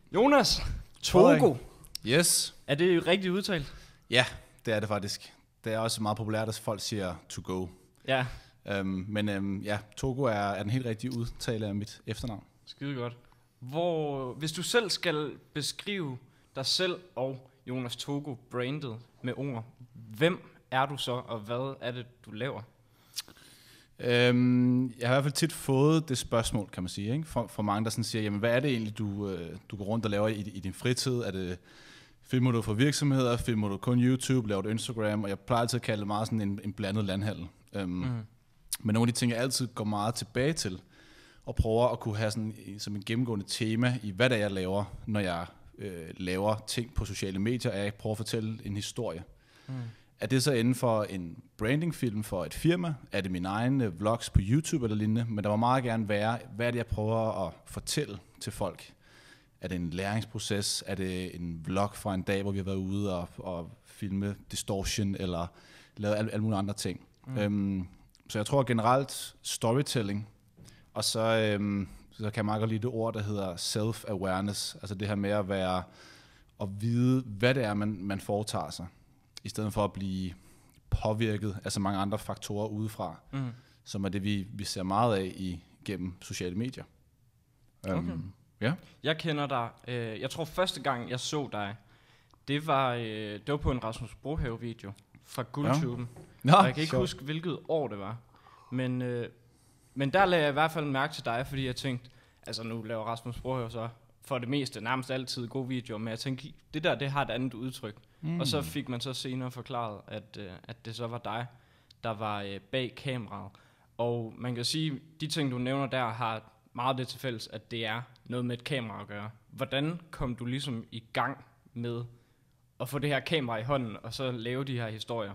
Jonas, Togo. Yes. Er det rigtigt udtalt? Ja, det er det faktisk. Det er også meget populært, at folk siger to go. Ja. Men Togo er den helt rigtige udtale af mit efternavn. Skide godt. Hvis du selv skal beskrive dig selv og Jonas Togo brandet med ord, hvem er du så, og hvad er det, du laver? Jeg har i hvert fald tit fået det spørgsmål, kan man sige, ikke? For mange, der sådan siger, jamen, hvad er det egentlig, du går rundt og laver i din fritid? Er det filmer du for virksomheder, filmer du kun YouTube, laver du Instagram? Og jeg plejer altid at kalde det meget sådan en blandet landhandel. Men nogle af de ting, jeg altid går meget tilbage til, og prøver at kunne have sådan som en gennemgående tema i, hvad det er, jeg laver, når jeg laver ting på sociale medier, er, at jeg prøver at fortælle en historie. Er det så inden for en brandingfilm for et firma? Er det mine egne vlogs på YouTube eller lignende? Men der må meget gerne være, hvad er det, jeg prøver at fortælle til folk? Er det en læringsproces? Er det en vlog fra en dag, hvor vi har været ude og filme distortion eller lavet alle mulige andre ting? Så jeg tror generelt storytelling, og så kan jeg meget godt lide det ord, der hedder self-awareness. Altså det her med at vide, hvad det er, man foretager sig, i stedet for at blive påvirket af så mange andre faktorer udefra, som er det, vi ser meget af gennem sociale medier. Okay. Ja. Jeg kender dig. Jeg tror første gang, jeg så dig, det var på en Rasmus Brohave-video fra Guldtuben. Ja. Og jeg kan ikke huske, hvilket år det var. Men der lagde jeg i hvert fald mærke til dig, fordi jeg tænkte, altså nu laver Rasmus Brohave så for det meste nærmest altid gode videoer, men jeg tænkte, det har et andet udtryk. Og så fik man så senere forklaret, at det så var dig, der var bag kameraet. Og man kan sige, de ting, du nævner der, har meget det til fælles, at det er noget med et kamera at gøre. Hvordan kom du ligesom i gang med at få det her kamera i hånden, og så lave de her historier?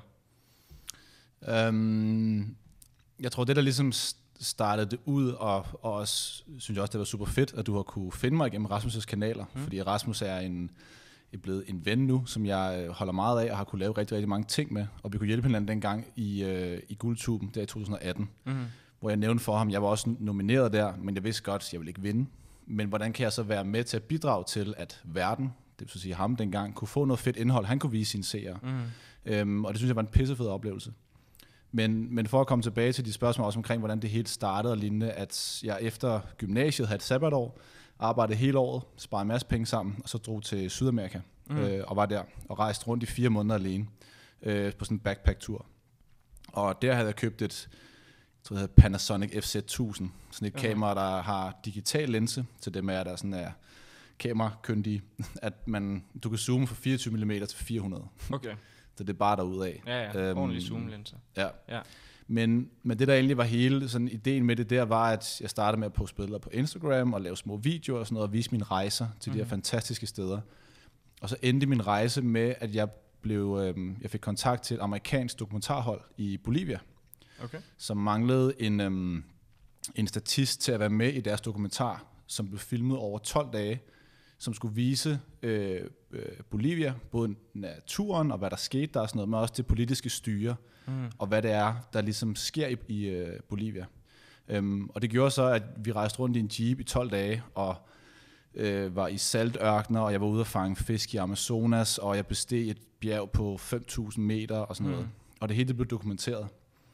Jeg tror, det der ligesom startede det ud, og også synes jeg også, det var super fedt, at du har kunne finde mig igennem Rasmus' kanaler, fordi Rasmus er blevet en ven nu, som jeg holder meget af, og har kunne lave rigtig, rigtig mange ting med, og vi kunne hjælpe hinanden dengang i Guldtuben, der i 2018, hvor jeg nævnte for ham, jeg var også nomineret der, men jeg vidste godt, at jeg ville ikke vinde. Men hvordan kan jeg så være med til at bidrage til, at verden, det vil sige ham dengang, kunne få noget fedt indhold, han kunne vise sine seere. Og det synes jeg var en pissefed oplevelse. Men for at komme tilbage til de spørgsmål også omkring, hvordan det hele startede og lignende, at jeg efter gymnasiet havde et sabbatår, arbejdede hele året, sparede en masse penge sammen, og så drog til Sydamerika og var der og rejste rundt i 4 måneder alene på sådan en backpack-tur. Og der havde jeg købt et Panasonic FZ1000, sådan et kamera, der har digital linse, til dem af der sådan er kamerakyndige, at du kan zoome fra 24 mm til 400. Okay. Så det er bare derudad. Ja, ordentlig zoomlinser. Ja. Men det der egentlig var hele sådan ideen med det der, var at jeg startede med at poste billeder på Instagram og lave små videoer og sådan noget, og vise mine rejser til de her fantastiske steder. Og så endte min rejse med, at jeg fik kontakt til et amerikansk dokumentarhold i Bolivia, som manglede en statist til at være med i deres dokumentar, som blev filmet over 12 dage, som skulle vise Bolivia, både naturen og hvad der skete der og sådan noget, men også det politiske styre, og hvad det er, der ligesom sker i Bolivia. Og det gjorde så, at vi rejste rundt i en jeep i 12 dage, og var i saltørkner, og jeg var ude at fange fisk i Amazonas, og jeg besteg et bjerg på 5.000 meter og sådan noget. Og det hele blev dokumenteret.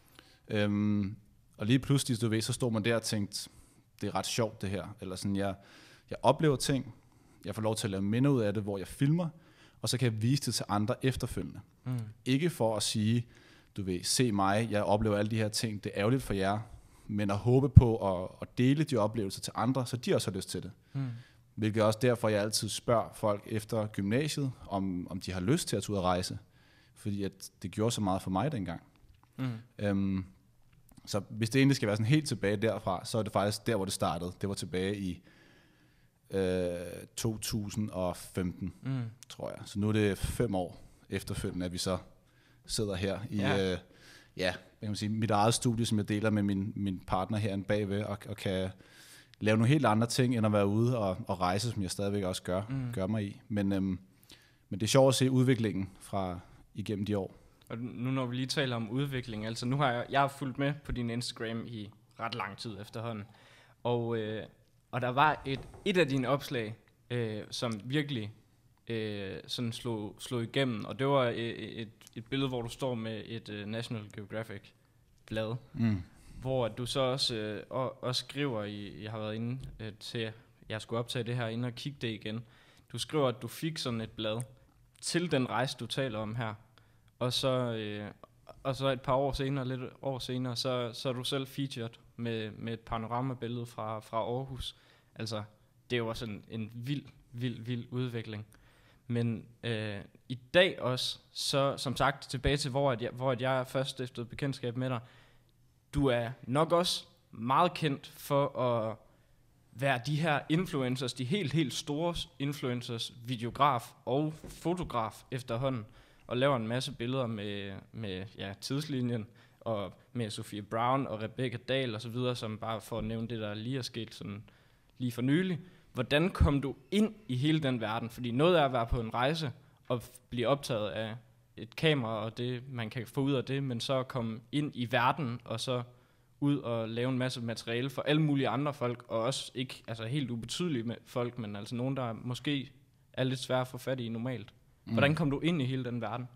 Og lige pludselig, du ved, så stod man der og tænkte, det er ret sjovt det her. Eller sådan, jeg oplever ting, jeg får lov til at lave minder ud af det, hvor jeg filmer, og så kan jeg vise det til andre efterfølgende. Ikke for at sige, du ved, se mig, jeg oplever alle de her ting, det er ærgerligt for jer, men at håbe på at dele de oplevelser til andre, så de også har lyst til det. Hvilket er også derfor, jeg altid spørger folk efter gymnasiet, om de har lyst til at tage ud og rejse. Fordi at det gjorde så meget for mig dengang. Så hvis det egentlig skal være sådan helt tilbage derfra, så er det faktisk der, hvor det startede. Det var tilbage i 2015, tror jeg. Så nu er det 5 år efterfølgende, at vi så sidder her i jeg kan sige, mit eget studie, som jeg deler med min partner herinde bagved, og kan lave nogle helt andre ting, end at være ude og rejse, som jeg stadigvæk også gør mig i. Men det er sjovt at se udviklingen fra igennem de år. Og nu når vi lige taler om udvikling, altså nu har jeg har fulgt med på din Instagram i ret lang tid efterhånden, og der var et af dine opslag, som virkelig sådan slog igennem, og det var et billede, hvor du står med et National Geographic blad, hvor du så også skriver, jeg har været inde til, jeg skulle optage det her inde og kigge det igen. Du skriver, at du fik sådan et blad til den rejse, du taler om her, og så et par år senere, lidt år senere, så er du selv featured med et panoramabillede fra Aarhus. Altså, det var sådan en vild udvikling. Men i dag også, så som sagt, tilbage til, hvor jeg først stiftede bekendtskab med dig, du er nok også meget kendt for at være de her influencers, de helt store influencers, videograf og fotograf efterhånden, og laver en masse billeder med tidslinjen, og med Sofie Brown og Rebecca Dahl og så videre, som bare for at nævne det, der lige er sket sådan lige for nylig. Hvordan kom du ind i hele den verden? Fordi noget er at være på en rejse og blive optaget af et kamera og det, man kan få ud af det, men så komme ind i verden og så ud og lave en masse materiale for alle mulige andre folk, og også ikke altså helt ubetydelige med folk, men altså nogen, der måske er lidt svære at få fat i normalt. Hvordan kom du ind i hele den verden?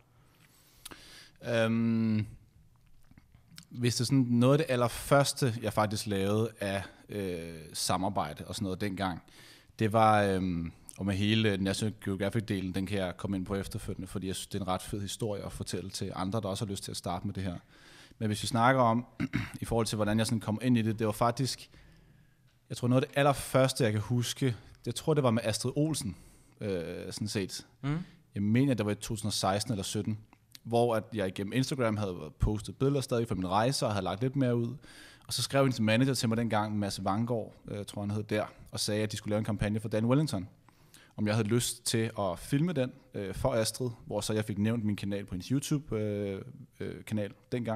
Hvis det er sådan noget af det allerførste, jeg faktisk lavede af samarbejde og sådan noget dengang, det var, og med hele National Geographic-delen, den kan jeg komme ind på efterfølgende, fordi jeg synes, det er en ret fed historie at fortælle til andre, der også har lyst til at starte med det her. Men hvis vi snakker om, i forhold til, hvordan jeg sådan kom ind i det, det var faktisk, jeg tror noget af det allerførste, jeg kan huske, jeg tror, det var med Astrid Olsen, sådan set. Jeg mener, at det var i 2016 eller 17, hvor at jeg igennem Instagram havde postet billeder stadig fra min rejse, og havde lagt lidt mere ud. Og så skrev hendes manager til mig dengang, Mads Vanggaard, tror han hed der, og sagde, at de skulle lave en kampagne for Dan Wellington. Om jeg havde lyst til at filme den for Astrid, hvor så jeg fik nævnt min kanal på hendes YouTube-kanal dengang.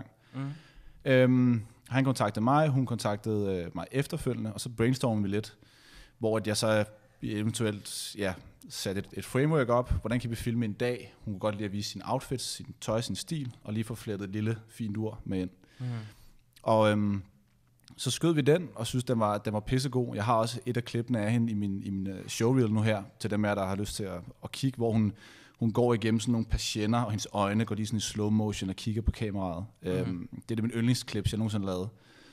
Han kontaktede mig, hun kontaktede mig efterfølgende, og så brainstormede vi lidt, hvor jeg så eventuelt satte et framework op. Hvordan kan vi filme en dag? Hun kunne godt lide at vise sine outfits, sin tøj, sin stil, og lige få flettet et lille fint ur med ind. Og så skød vi den, og synes, den var pissegod. Jeg har også et af klippene af hende i min showreel nu her, til dem af der har lyst til at kigge, hvor hun går igennem sådan nogle patienter, og hendes øjne går lige sådan i slow motion og kigger på kameraet. Det er min yndlingsklip, jeg nogensinde lavede.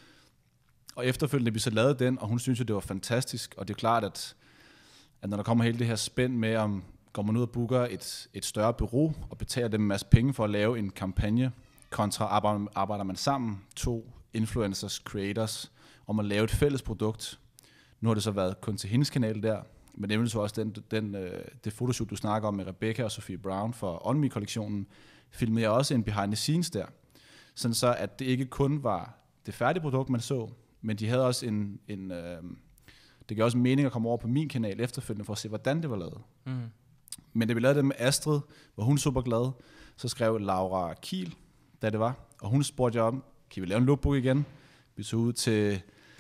Og efterfølgende vi så lavede den, og hun synes jo, det var fantastisk. Og det er klart, at når der kommer hele det her spænd med, om går man ud og booker et større bureau, og betaler dem en masse penge for at lave en kampagne, kontra arbejder man sammen, 2 influencers, creators, om at lave et fælles produkt. Nu har det så været kun til hendes kanal der, men det er så også det fotoshoot, du snakker om med Rebecca og Sofie Brown for On Me-kollektionen, filmede jeg også en behind the scenes der. Sådan så, at det ikke kun var det færdige produkt, man så, men de havde også det gav også mening at komme over på min kanal efterfølgende for at se, hvordan det var lavet. Men da vi lavede det med Astrid, var hun super glad, så skrev Laura Kiel, da det var, og hun spurgte jeg om, kan vi lave en lookbook igen? Vi tog ud til,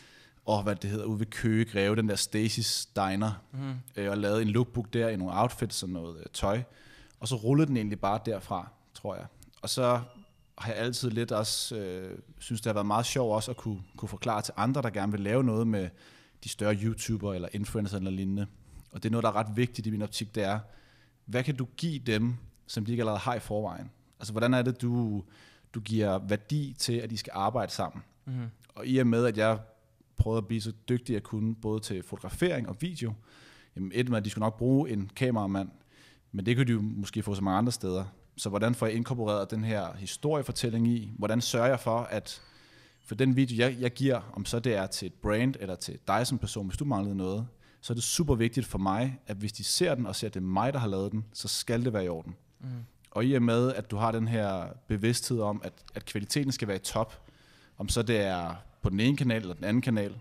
ude ved Køge Greve, den der Stacy's Diner, og lavede en lookbook der i nogle outfits og noget tøj, og så rullede den egentlig bare derfra, tror jeg. Og så har jeg altid lidt også, synes det har været meget sjovt også at kunne forklare til andre, der gerne vil lave noget med de større YouTuber eller influencer eller lignende. Og det er noget, der er ret vigtigt i min optik, det er, hvad kan du give dem, som de ikke allerede har i forvejen? Altså, hvordan er det, du giver værdi til, at de skal arbejde sammen? Og i og med, at jeg prøvede at blive så dygtig, at jeg kunne, både til fotografering og video, jamen med, at de skulle nok bruge en kameramand, men det kunne de jo måske få så mange andre steder. Så hvordan får jeg inkorporeret den her historiefortælling i? Hvordan sørger jeg for, at for den video, jeg giver, om så det er til et brand eller til dig som person, hvis du manglede noget, så er det super vigtigt for mig, at hvis de ser den og ser, at det er mig, der har lavet den, så skal det være i orden. Og i og med, at du har den her bevidsthed om, at kvaliteten skal være i top, om så det er på den ene kanal eller den anden kanal,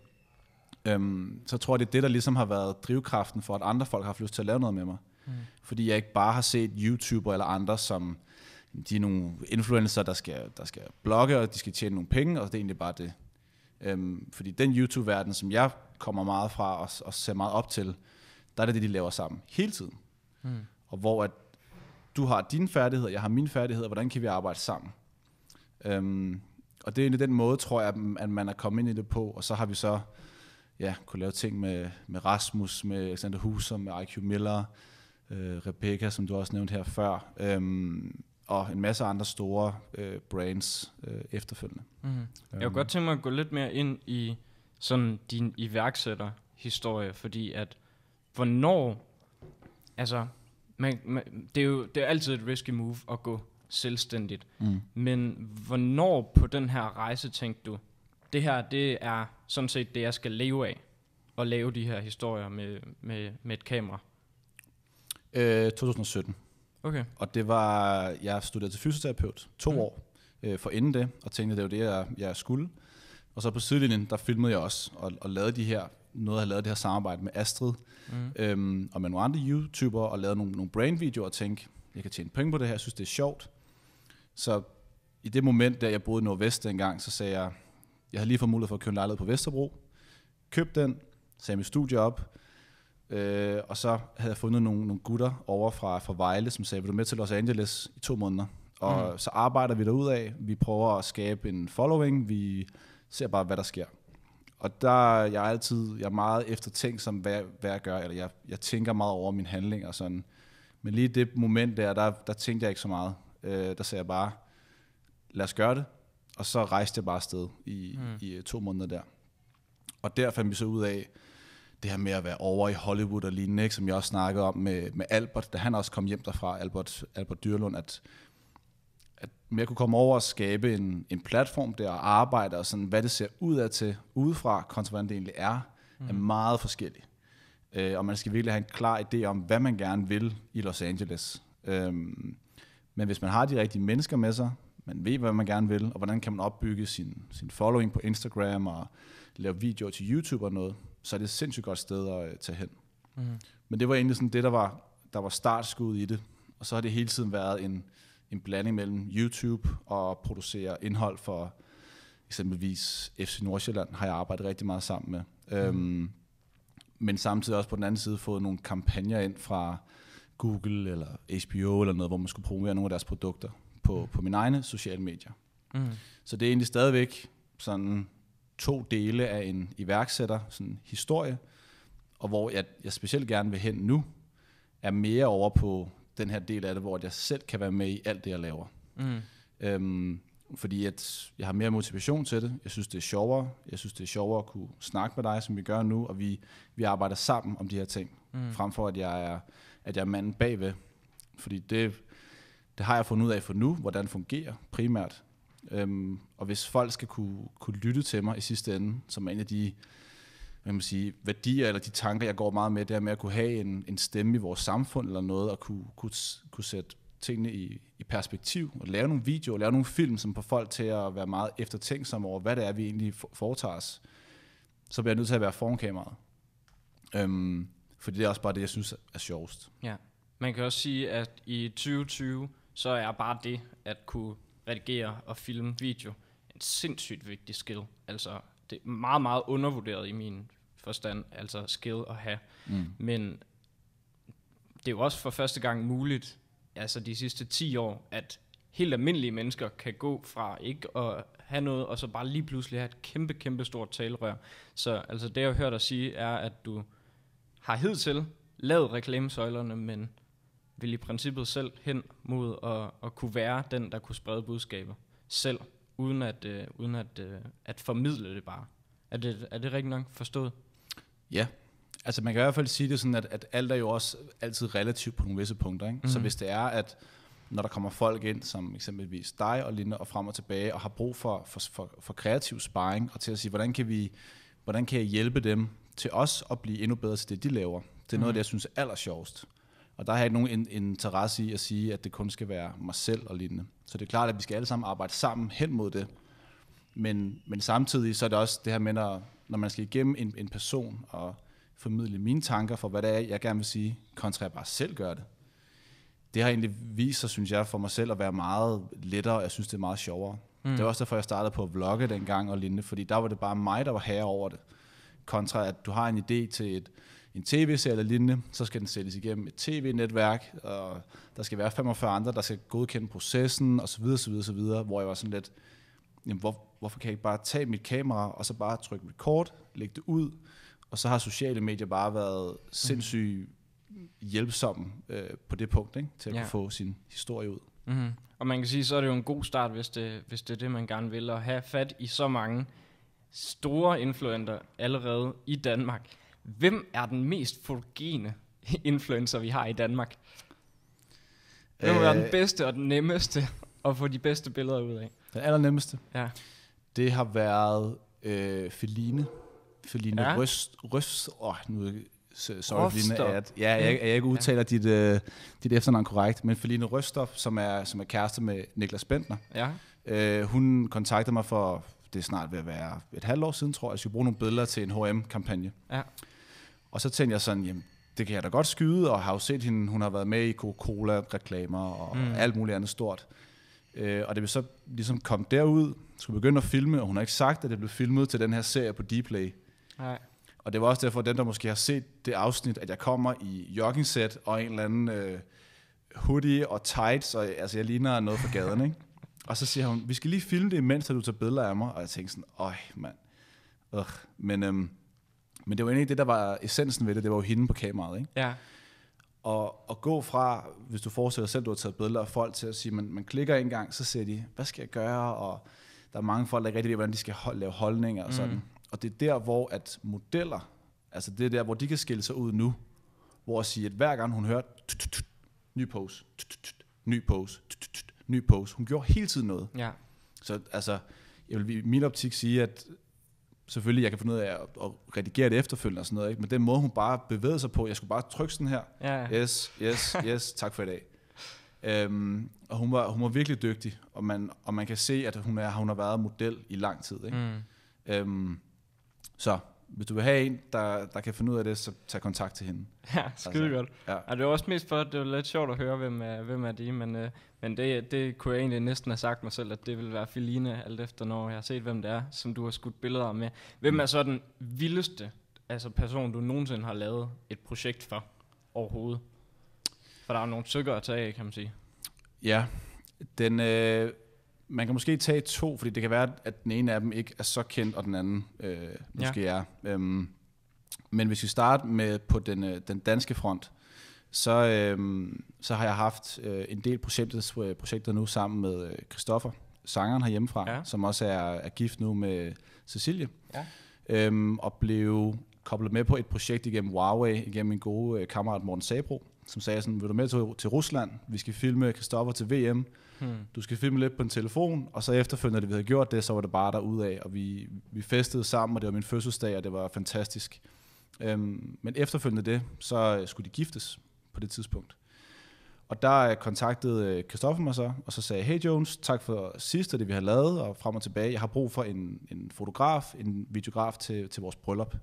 så tror jeg, det er det, der ligesom har været drivkraften for, at andre folk har haft lyst til at lave noget med mig. Fordi jeg ikke bare har set YouTuber eller andre, som de er nogle influencer, der skal blogge, og de skal tjene nogle penge, og det er egentlig bare det. Fordi den YouTube-verden, som jeg kommer meget fra og ser meget op til, der er det, de laver sammen hele tiden. Og hvor at du har dine færdigheder, jeg har mine færdigheder, hvordan kan vi arbejde sammen? Og det er egentlig den måde, tror jeg, at man er kommet ind i det på, og så har vi så kunne lave ting med Rasmus, med Alexander Husum, med IQ Miller, Rebecca, som du også nævnte her før, og en masse andre store brands efterfølgende. Jeg kunne godt tænke mig at gå lidt mere ind i sådan din iværksætterhistorie, fordi at hvornår, altså det er altid et risky move at gå selvstændigt, men hvornår på den her rejse tænkte du, det her, det er sådan set det, jeg skal leve af, at lave de her historier med et kamera? 2017. Okay. Og det var, jeg studerede til fysioterapeut 2 år for inden det, og tænkte, det var det, jeg skulle. Og så på sidelinjen, der filmede jeg også, og lavede jeg havde lavet det her samarbejde med Astrid, og med nogle andre YouTubere, og lavede nogle brandvideoer, og tænkte, jeg kan tjene penge på det her, jeg synes, det er sjovt. Så i det moment, da jeg boede i Nordvest engang, så sagde jeg havde lige fået mulighed for at købe en lejlighed på Vesterbro, købte den, sagde mit studie op, og så havde jeg fundet nogle gutter over fra Vejle, som sagde, vil du med til Los Angeles i 2 måneder? Og så arbejder vi derudad, vi prøver at skabe en following, vi ser bare, hvad der sker. Og der jeg er meget eftertænksom, hvad jeg gør, eller jeg tænker meget over mine handlinger og sådan. Men lige i det moment der tænkte jeg ikke så meget. Der sagde jeg bare, lad os gøre det. Og så rejste jeg bare afsted i 2 måneder der. Og der fandt vi så ud af, det her med at være over i Hollywood og lignende, ikke, som jeg også snakkede om med Albert, da han også kom hjem derfra, Albert Dyrlund, at jeg kunne komme over og skabe en platform der og arbejde, og sådan, hvad det ser ud af til udefra, kontra hvordan det egentlig er meget forskelligt. Og man skal virkelig have en klar idé om, hvad man gerne vil i Los Angeles. Men hvis man har de rigtige mennesker med sig, man ved, hvad man gerne vil, og hvordan kan man opbygge sin following på Instagram og lave videoer til YouTube og noget, så er det et sindssygt godt sted at tage hen. Men det var egentlig sådan det, der var startskud i det. Og så har det hele tiden været en blanding mellem YouTube og producere indhold for eksempelvis FC Nordsjælland, har jeg arbejdet rigtig meget sammen med. Men samtidig også på den anden side fået nogle kampagner ind fra Google eller HBO eller noget, hvor man skulle promovere nogle af deres produkter på mine egne sociale medier. Så det er egentlig stadigvæk sådan 2 dele af en iværksætter, sådan historie, og hvor jeg specielt gerne vil hen nu, er mere over på den her del af det, hvor jeg selv kan være med i alt det, jeg laver. Fordi jeg har mere motivation til det. Jeg synes, det er sjovere. Jeg synes, det er sjovere at kunne snakke med dig, som vi gør nu, og vi arbejder sammen om de her ting, frem for at jeg er manden bagved. Fordi det har jeg fundet ud af for nu, hvordan det fungerer primært. Og hvis folk skal kunne lytte til mig i sidste ende, som er en af de værdier eller de tanker, jeg går meget med, det er med at kunne have en stemme i vores samfund eller noget, og kunne sætte tingene i perspektiv, og lave nogle videoer, lave nogle film, som får folk til at være meget eftertænksomme over, hvad det er, vi egentlig foretager os. Så bliver jeg nødt til at være foran kameraet. Fordi det er også bare det, jeg synes er sjovest. Ja. Man kan også sige, at i 2020, så er bare det at kunne redigere og filme video en sindssygt vigtig skill. Altså, det er meget, meget undervurderet i min forstand, altså skill at have. Men det er jo også for første gang muligt, altså de sidste 10 år, at helt almindelige mennesker kan gå fra ikke at have noget, og så bare lige pludselig have et kæmpe, kæmpe stort talerør. Så altså det, jeg har hørt dig sige, er, at du har hidtil lavet reklamesøjlerne, men vil i princippet selv hen mod at kunne være den, der kunne sprede budskaber selv, uden at formidle det bare. Er det rigtig nok forstået? Ja, altså man kan i hvert fald sige det sådan, at alt er jo også altid relativt på nogle visse punkter. Ikke? Så hvis det er, at når der kommer folk ind, som eksempelvis dig og Linde, og frem og tilbage, og har brug for kreativ sparring, og til at sige, hvordan kan jeg hjælpe dem til os at blive endnu bedre til det, de laver. Det er noget af det, jeg synes er allersjovest. Og der har jeg ikke nogen interesse i at sige, at det kun skal være mig selv og lignende. Så det er klart, at vi skal alle sammen arbejde sammen hen mod det. Men samtidig så er det også det her med, når man skal igennem en person og formidle mine tanker for, hvad det er, jeg gerne vil sige, kontra jeg bare selv gør det. Det har egentlig vist sig, synes jeg, for mig selv at være meget lettere, og jeg synes, det er meget sjovere. Det var også derfor, jeg startede på at vlogge dengang og lignende, fordi der var det bare mig, der var herre over det. Kontra at du har en idé til en tv-serie eller lignende, så skal den sættes igennem et tv-netværk, og der skal være 45 andre, der skal godkende processen, osv., hvor jeg var sådan lidt, jamen, hvorfor kan jeg ikke bare tage mit kamera, og så bare trykke record, lægge det ud, Og så har sociale medier bare været sindssygt hjælpsomme på det punkt, ikke? Til at kunne få sin historie ud. Mm-hmm. Og man kan sige, så er det jo en god start, hvis det er det, man gerne vil, at have fat i så mange store influencer allerede i Danmark. Hvem er den mest fotogene influencer, vi har i Danmark? Hvem er den bedste og den nemmeste at få de bedste billeder ud af? Den allernemmeste? Ja. Det har været Feline Røst. Sorry, Feline, at jeg ikke udtaler dit efternavn korrekt, men Feline Røstof, som er kæreste med Niklas Bentner. Ja. Hun kontaktede mig for, det er snart ved at være et halvt år siden, tror jeg skulle bruge nogle billeder til en H&M-kampagne. Ja. Og så tænkte jeg sådan, jamen, det kan jeg da godt skyde, og har jo set hende, hun har været med i Coca-Cola-reklamer og alt muligt andet stort. Og det vil så ligesom komme derud, skulle begynde at filme, og hun har ikke sagt, at det blev filmet til den her serie på Dplay. Nej. Og det var også derfor, at den, der måske har set det afsnit, at jeg kommer i joggingsæt og en eller anden hoodie og tights, og altså jeg ligner noget fra gaden, ikke? Og så siger hun, vi skal lige filme det, imens du tager billeder af mig. Og jeg tænkte sådan, mand. Men det var egentlig det, der var essensen ved det. Det var jo hende på kameraet, ikke? Ja. Og gå fra, hvis du forestiller dig selv, du har taget billeder af folk til at sige, man klikker en gang, så siger de, hvad skal jeg gøre? Og der er mange folk, der ikke rigtig ved, hvordan de skal lave holdninger og sådan. Og det er der, hvor at modeller, altså det er der, hvor de kan skille sig ud nu, hvor at sige, at hver gang hun hører, ny pose, ny pose, ny pose. Hun gjorde hele tiden noget. Ja. Så altså, jeg vil i min optik sige, at selvfølgelig, jeg kan finde ud af at redigere det efterfølgende og sådan noget, ikke? Men den måde, hun bare bevægede sig på, jeg skulle bare trykke sådan her. Ja. Yes, tak for i dag. Og hun var virkelig dygtig, og man kan se, at hun har været model i lang tid, ikke? Så hvis du vil have en, der kan finde ud af det, så tag kontakt til hende. Ja, skide godt. Ja. Og det var også mest for, at det var lidt sjovt at høre, hvem er de, men det kunne jeg egentlig næsten have sagt mig selv, at det ville være Feline, alt efter når jeg har set, hvem det er, som du har skudt billeder med. Hvem er så den vildeste person, du nogensinde har lavet et projekt for overhovedet? For der er jo nogle stykker at tage af, kan man sige. Ja, man kan måske tage 2, fordi det kan være, at den ene af dem ikke er så kendt, og den anden måske er. Men hvis vi starter med på den danske front, så har jeg haft en del projekter nu sammen med Christoffer, sangeren herhjemmefra, som også er gift nu med Cecilie, og blev koblet med på et projekt igennem Huawei, igennem min gode kammerat Morten Sabro, som sagde sådan, vil du med til Rusland? Vi skal filme Christoffer til VM. Du skal filme lidt på en telefon, og så efterfølgende, da vi havde gjort det, så var det bare derudad, og vi festede sammen, og det var min fødselsdag, og det var fantastisk. Men efterfølgende det, så skulle de giftes på det tidspunkt. Og der kontaktede Christoffer mig så, og så sagde hey Jones, tak for sidst, det vi har lavet, og frem og tilbage. Jeg har brug for en fotograf, en videograf til vores bryllup.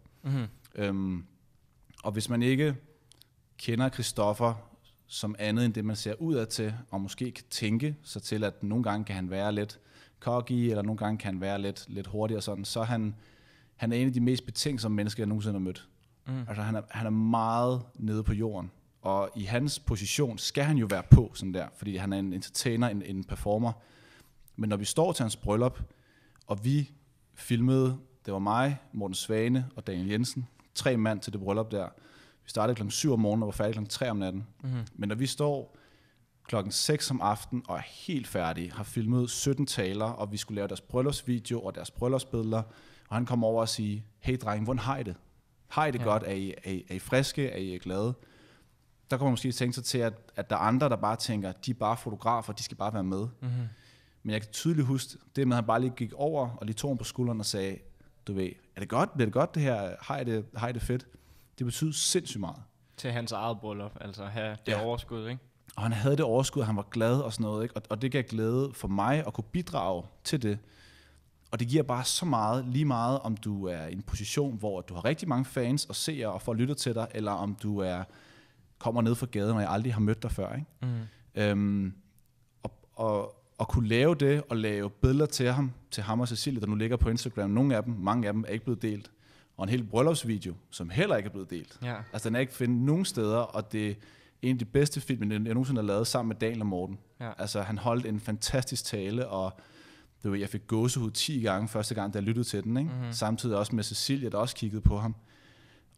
Og hvis man ikke kender Christoffer som andet end det, man ser udad til, og måske kan tænke sig til, at nogle gange kan han være lidt cocky, eller nogle gange kan han være lidt hurtig og sådan, så han er en af de mest betænksomme mennesker, jeg nogensinde har mødt. Altså han er meget nede på jorden, og i hans position skal han jo være på sådan der, fordi han er en entertainer, en performer. Men når vi står til hans bryllup, og vi filmede, det var mig, Morten Svane og Daniel Jensen, 3 mand til det bryllup der. Vi startede klokken 7 om morgenen og var færdige klokken 3 om natten. Men når vi står klokken 6 om aftenen og er helt færdige, har filmet 17 taler, og vi skulle lave deres bryllupsvideo og deres bryllupsbilleder, og han kommer over og siger, hey drenge, hvordan har I det? Har I det godt? Er I friske? Er I glade? Der kommer man måske tænke sig til, at der er andre, der bare tænker, de er bare fotografer, de skal bare være med. Men jeg kan tydeligt huske, det med, at han bare lige gik over og lige tog ham på skulderen og sagde, du ved, er det godt? Bliver det godt det her? Har I det fedt? Det betyder sindssygt meget. Til hans eget bryllup, altså have det overskud, ikke? Og han havde det overskud, han var glad og sådan noget, ikke? Og det gav glæde for mig at kunne bidrage til det. Og det giver bare så meget, lige meget om du er i en position, hvor du har rigtig mange fans og seere og folk lytter til dig, eller om du kommer ned fra gaden, og jeg aldrig har mødt dig før, ikke? Og kunne lave det, og lave billeder til ham og Cecilie, der nu ligger på Instagram. Mange af dem er ikke blevet delt. Og en hel bryllupsvideo, som heller ikke er blevet delt. Ja. Altså den er ikke fundet nogen steder, og det er en af de bedste film, jeg nogensinde har lavet sammen med Daniel og Morten. Ja. Altså han holdt en fantastisk tale, og jeg fik gåsehud 10 gange første gang, da jeg lyttede til den. Ikke? Samtidig også med Cecilie, der også kiggede på ham.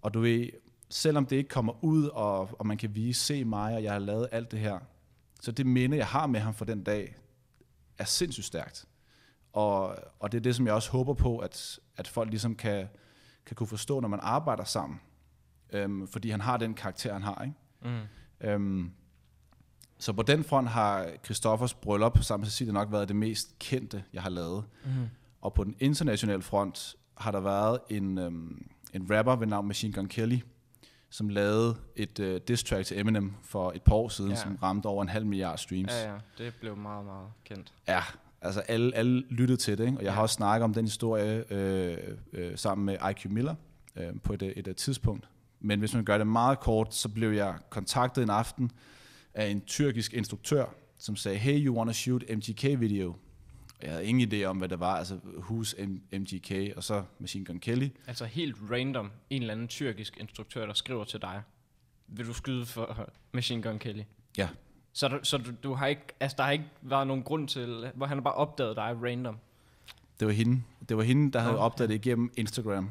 Og du ved, selvom det ikke kommer ud, og man kan vise, se mig, og jeg har lavet alt det her, så det minde, jeg har med ham for den dag, er sindssygt stærkt. Og det er det, som jeg også håber på, at folk ligesom kan kunne forstå, når man arbejder sammen. Fordi han har den karakter, han har, ikke? Så på den front har Christoffers bryllup sammen med Cecilie nok været det mest kendte, jeg har lavet. Og på den internationale front har der været en rapper ved navn Machine Gun Kelly, som lavede et diss track til Eminem for et par år siden, som ramte over 500 million streams. Ja, det blev meget, meget kendt. Ja, altså alle lyttede til det, ikke? Og jeg har også snakket om den historie sammen med IQ Miller på et tidspunkt. Men hvis man gør det meget kort, så blev jeg kontaktet en aften af en tyrkisk instruktør, som sagde, hey, you wanna shoot MGK-video? Og jeg havde ingen idé om, hvad det var, altså who's MGK, og så Machine Gun Kelly. Altså helt random, en eller anden tyrkisk instruktør, der skriver til dig, vil du skyde for Machine Gun Kelly? Ja. Så du har ikke, altså der har ikke været nogen grund til, hvor han har bare opdaget dig random? Det var hende, der havde opdaget det igennem Instagram,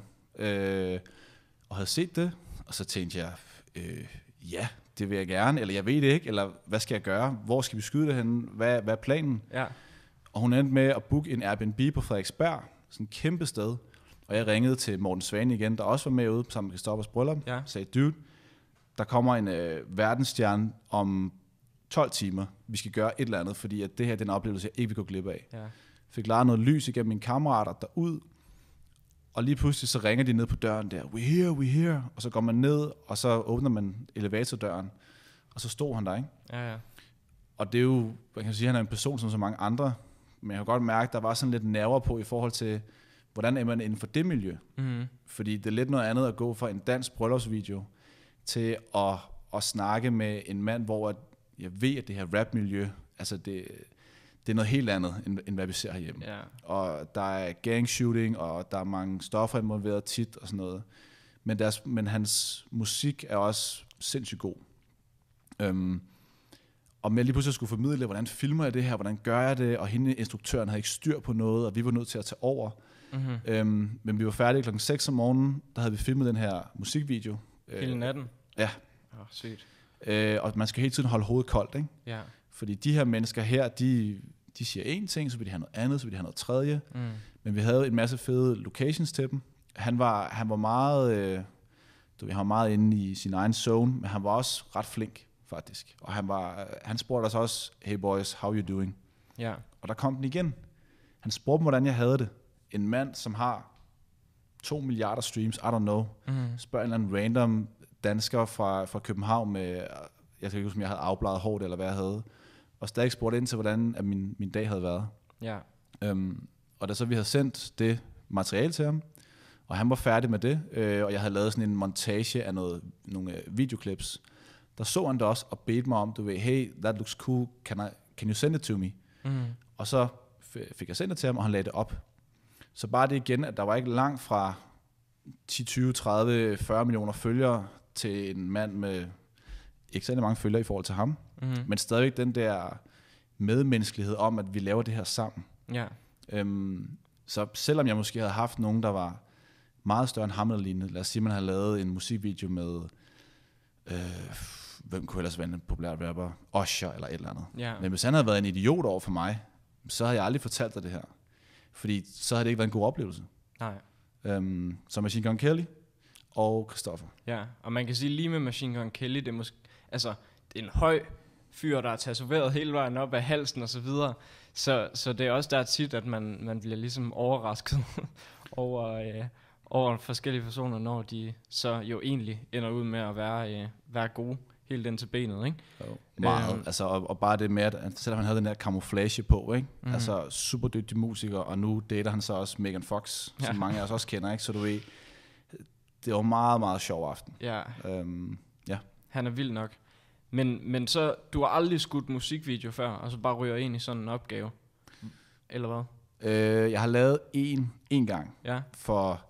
og havde set det, og så tænkte jeg, ja, det vil jeg gerne, eller jeg ved det ikke, eller hvad skal jeg gøre? Hvor skal vi skyde det henne? Hvad er planen? Ja. Og hun endte med at booke en Airbnb på Frederiksberg, sådan et kæmpe sted. Og jeg ringede til Morten Svane igen, der også var med ude sammen med Christoffers bryllup. Ja. Sagde, dude, der kommer en verdensstjerne om 12 timer. Vi skal gøre et eller andet, fordi at det her det er en oplevelse, jeg ikke vil gå glip af. Ja. Fik lavet noget lys igennem mine kammerater derud, og lige pludselig så ringer de ned på døren der, we're here, og så går man ned, og så åbner man elevatordøren, og så stod han der, ikke? Ja. Og det er jo, man kan sige, han er en person som så mange andre, men jeg kan godt mærke, at der var sådan lidt nerver på i forhold til, hvordan er man inden for det miljø. Fordi det er lidt noget andet at gå fra en dansk bryllupsvideo til at snakke med en mand, hvor jeg ved, at det her rapmiljø, altså det er noget helt andet, end hvad vi ser herhjemme. Yeah. Og der er gang shooting, og der er mange stoffer involveret tit og sådan noget. Men hans musik er også sindssygt god. Og jeg lige pludselig skulle formidle, hvordan filmer jeg det her, hvordan gør jeg det, og hende instruktøren havde ikke styr på noget, og vi var nødt til at tage over. Men vi var færdige klokken 6 om morgenen, der havde vi filmet den her musikvideo. Hele natten? Ja. Sygt. Og man skal hele tiden holde hovedet koldt, ikke? Ja. Fordi de her mennesker her, de siger én ting, så vil de have noget andet, så vil de have noget tredje. Men vi havde en masse fede locations til dem. Han var meget, han var meget inde i sin egen zone, men han var også ret flink, faktisk. Og han spurgte os også, hey boys, how you doing? Ja. Og der kom den igen. Han spurgte dem, hvordan jeg havde det. En mand, som har 2 milliarder streams, I don't know, spørger en eller anden random dansker fra København med, jeg kan ikke huske, om jeg havde afbladet hårdt, eller hvad jeg havde, og stadig spurgte ind til, hvordan at min dag havde været. Ja. Og da så vi havde sendt det materiale til ham, og han var færdig med det, og jeg havde lavet sådan en montage af nogle videoclips, der så han det også, og bedte mig om, du ved, hey, that looks cool, can you send it to me? Og så fik jeg sendt det til ham, og han lagde det op. Så bare det igen, at der var ikke langt fra 10, 20, 30, 40 millioner følgere til en mand med ikke særlig mange følgere i forhold til ham, men stadigvæk den der medmenneskelighed om, at vi laver det her sammen. Ja. Så selvom jeg måske havde haft nogen, der var meget større end ham eller lignende, lad os sige, man havde lavet en musikvideo med, hvem kunne ellers være en populær rapper, Usher eller et eller andet. Ja. Men hvis han havde været en idiot over for mig, så havde jeg aldrig fortalt dig det her. Fordi så havde det ikke været en god oplevelse. Nej. Så Machine Gun Kelly og Christoffer. Ja, og man kan sige lige med Machine Gun Kelly, det er altså, det er en høj fyr, der er tatoveret hele vejen op af halsen og så videre. Så det er også der tit, at man bliver ligesom overrasket over forskellige personer, når de så jo egentlig ender ud med at være gode helt ind til benet, ikke? Jo, meget. Altså, og bare det med, at selvom han havde den der camouflage på, ikke? Altså super dygtig musiker, og nu dater han så også Megan Fox, som mange af os også kender, ikke? Så du ved, det var meget, meget sjov aften. Ja. Ja. Han er vild nok. Men så, du har aldrig skudt musikvideo før, og så bare ryger ind i sådan en opgave? Eller hvad? Jeg har lavet en gang for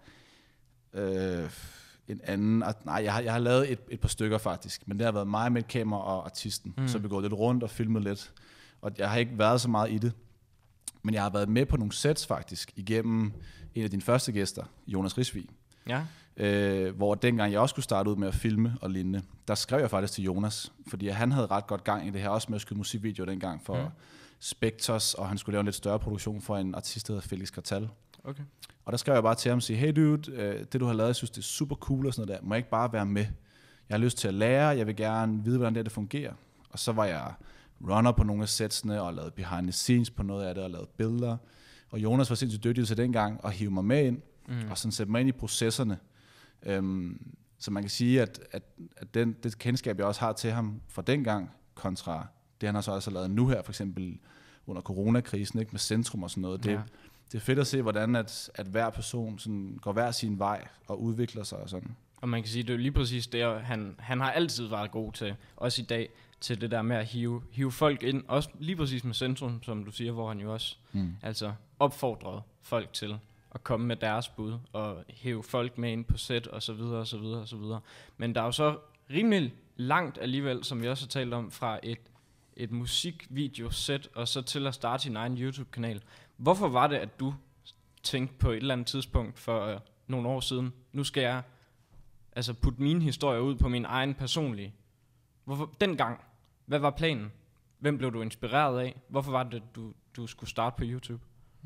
en anden. Nej, jeg har lavet et par stykker faktisk, men det har været mig med et kamera og artisten, så vi går lidt rundt og filmet lidt. Og jeg har ikke været så meget i det, men jeg har været med på nogle sets faktisk, igennem en af dine første gæster, Jonas Risvig. Ja. Hvor dengang jeg også skulle starte ud med at filme og lignende, der skrev jeg faktisk til Jonas, fordi han havde ret godt gang i det her, også med at skyde musikvideoer dengang for Spectors, og han skulle lave en lidt større produktion for en artist, der hedder Felix Kartal. Okay. Og der skrev jeg bare til ham og sige, hey dude, det du har lavet, jeg synes det er super cool og sådan noget der, må jeg ikke bare være med? Jeg har lyst til at lære, jeg vil gerne vide, hvordan det fungerer. Og så var jeg runner på nogle af setsene, og lavede behind the scenes på noget af det, og lavede billeder. Og Jonas var sindssygt dygtig til dengang, at hive mig med ind, og sådan sætte mig ind i processerne. Så man kan sige, at det kendskab, jeg også har til ham fra dengang, kontra det, han har så også lavet nu her, for eksempel under coronakrisen, ikke, med Centrum og sådan noget. Det er fedt at se, hvordan at hver person sådan går hver sin vej og udvikler sig og sådan. Og man kan sige, det er lige præcis det, han har altid været god til, også i dag, til det der med at hive folk ind, også lige præcis med Centrum, som du siger, hvor han jo også altså opfordrede folk til at komme med deres bud, og hæve folk med ind på set, og så videre, og så videre, og så videre. Men der er jo så rimelig langt alligevel, som vi også har talt om, fra et musikvideosæt, og så til at starte sin egen YouTube-kanal. Hvorfor var det, at du tænkte på et eller andet tidspunkt for nogle år siden, nu skal jeg altså putte mine historier ud på min egen personlige? Hvorfor dengang? Hvad var planen? Hvem blev du inspireret af? Hvorfor var det, du skulle starte på YouTube?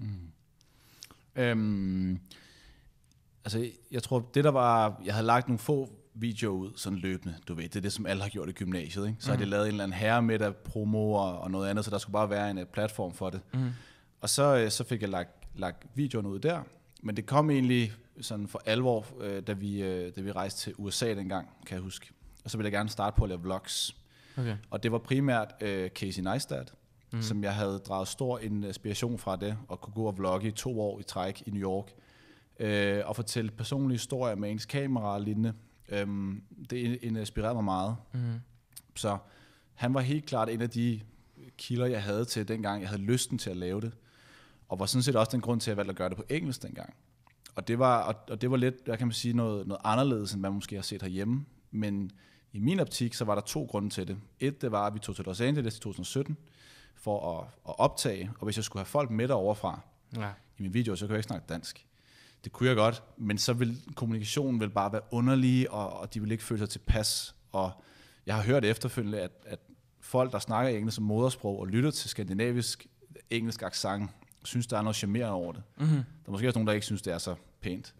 Altså, jeg tror, det der var, jeg havde lagt nogle få videoer ud, sådan løbende, du ved, det er det, som alle har gjort i gymnasiet, ikke? Så har de lavet en eller anden herremiddag, promo og noget andet, så der skulle bare være en platform for det. Og så fik jeg lagt videoerne ud der, men det kom egentlig sådan for alvor, da vi rejste til USA dengang, kan jeg huske. Og så ville jeg gerne starte på at lave vlogs. Okay. Og det var primært Casey Neistat, som jeg havde draget stor inspiration fra det, og kunne gå og vlogge i 2 år i træk i New York, og fortælle personlige historier med ens kamera og lignende. Det inspirerede mig meget. Så han var helt klart en af de kilder, jeg havde til dengang, jeg havde lysten til at lave det, og var sådan set også den grund til, at jeg valgte at gøre det på engelsk dengang. Og det var lidt, der kan man sige, noget anderledes, end man måske har set herhjemme, men i min optik, så var der 2 grunde til det. Et, det var, at vi tog til Los Angeles i 2017 for at optage, og hvis jeg skulle have folk med derovre fra i min video, så kunne jeg ikke snakke dansk. Det kunne jeg godt, men så ville kommunikationen vel bare være underlig, og de ville ikke føle sig tilpas. Og jeg har hørt efterfølgende, at folk, der snakker engelsk som modersprog og lytter til skandinavisk engelsk accent, synes, der er noget charmerende over det. Der er måske også nogen, der ikke synes, det er så pænt.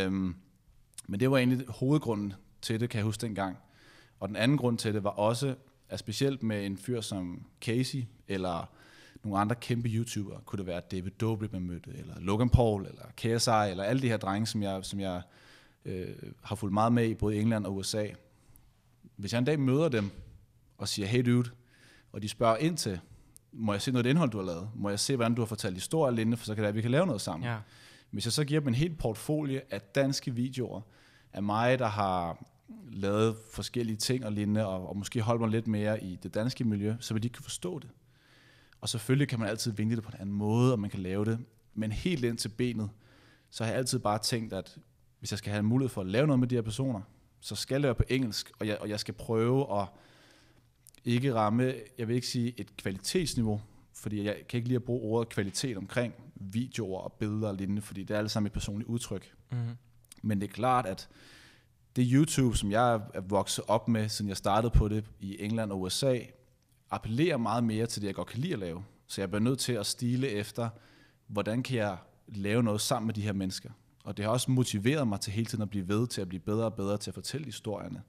Men det var egentlig hovedgrunden til det, kan jeg huske dengang. Og den anden grund til det var også, at specielt med en fyr som Casey, eller nogle andre kæmpe YouTubere, kunne det være David Dobrik, man mødte, eller Logan Paul, eller KSI, eller alle de her drenge, som jeg har fulgt meget med i både England og USA. Hvis jeg en dag møder dem og siger, hey dude, og de spørger ind til, må jeg se noget af det indhold, du har lavet? Må jeg se, hvordan du har fortalt historier lignende, for så kan det være, at vi kan lave noget sammen. Ja. Hvis jeg så giver dem en helt portfolie af danske videoer, af mig, der har lavet forskellige ting og lignende, og måske holdt mig lidt mere i det danske miljø, så vil de ikke kunne forstå det. Og selvfølgelig kan man altid vinkle det på en anden måde, og man kan lave det. Men helt ind til benet, så har jeg altid bare tænkt, at hvis jeg skal have en mulighed for at lave noget med de her personer, så skal det være på engelsk, og jeg skal prøve at ikke ramme, jeg vil ikke sige et kvalitetsniveau, fordi jeg kan ikke lide at bruge ordet kvalitet omkring videoer og billeder og lignende, fordi det er alle sammen et personligt udtryk. Men det er klart, at det YouTube, som jeg er vokset op med, siden jeg startede på det i England og USA, appellerer meget mere til det, jeg godt kan lide at lave. Så jeg bliver nødt til at stile efter, hvordan kan jeg lave noget sammen med de her mennesker. Og det har også motiveret mig til hele tiden at blive ved, til at blive bedre og bedre til at fortælle historierne.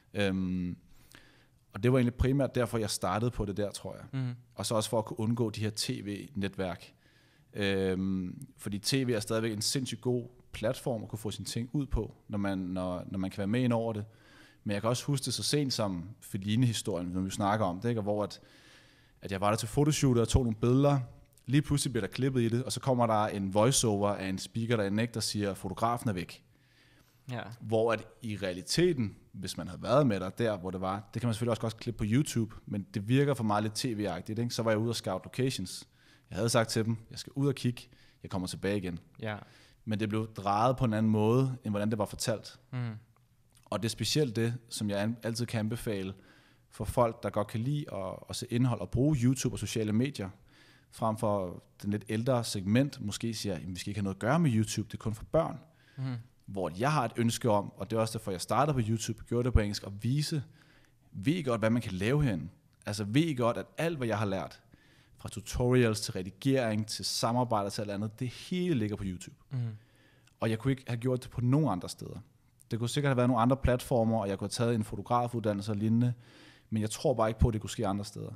Og det var egentlig primært derfor, jeg startede på det der, tror jeg. Og så også for at kunne undgå de her tv-netværk. Fordi tv er stadigvæk en sindssygt god platform at kunne få sine ting ud på, når man kan være med ind over det. Men jeg kan også huske det så sent som Feline-historien, når vi snakker om det, ikke? Og hvor at jeg var der til fotoshooter og tog nogle billeder. Lige pludselig bliver der klippet i det, og så kommer der en voiceover af en speaker, der nægter siger, fotografen er væk. Ja. Hvor at i realiteten, hvis man havde været med der hvor det var, det kan man selvfølgelig også godt klippe på YouTube, men det virker for mig lidt tv-agtigt, ikke? Så var jeg ude og scout locations. Jeg havde sagt til dem, jeg skal ud og kigge, jeg kommer tilbage igen. Ja. Men det blev drejet på en anden måde, end hvordan det var fortalt. Og det er specielt det, som jeg altid kan anbefale for folk, der godt kan lide at se indhold og bruge YouTube og sociale medier, frem for den lidt ældre segment måske siger, at vi skal ikke have noget at gøre med YouTube, det er kun for børn. hvor jeg har et ønske om, og det er også derfor, jeg startede på YouTube, gjorde det på engelsk, og ved I godt, hvad man kan lave herinde? Altså ved I godt, at alt, hvad jeg har lært, fra tutorials til redigering, til samarbejde til alt andet, det hele ligger på YouTube. Og jeg kunne ikke have gjort det på nogen andre steder. Det kunne sikkert have været nogle andre platformer, og jeg kunne have taget en fotografuddannelse og lignende, men jeg tror bare ikke på, at det kunne ske andre steder.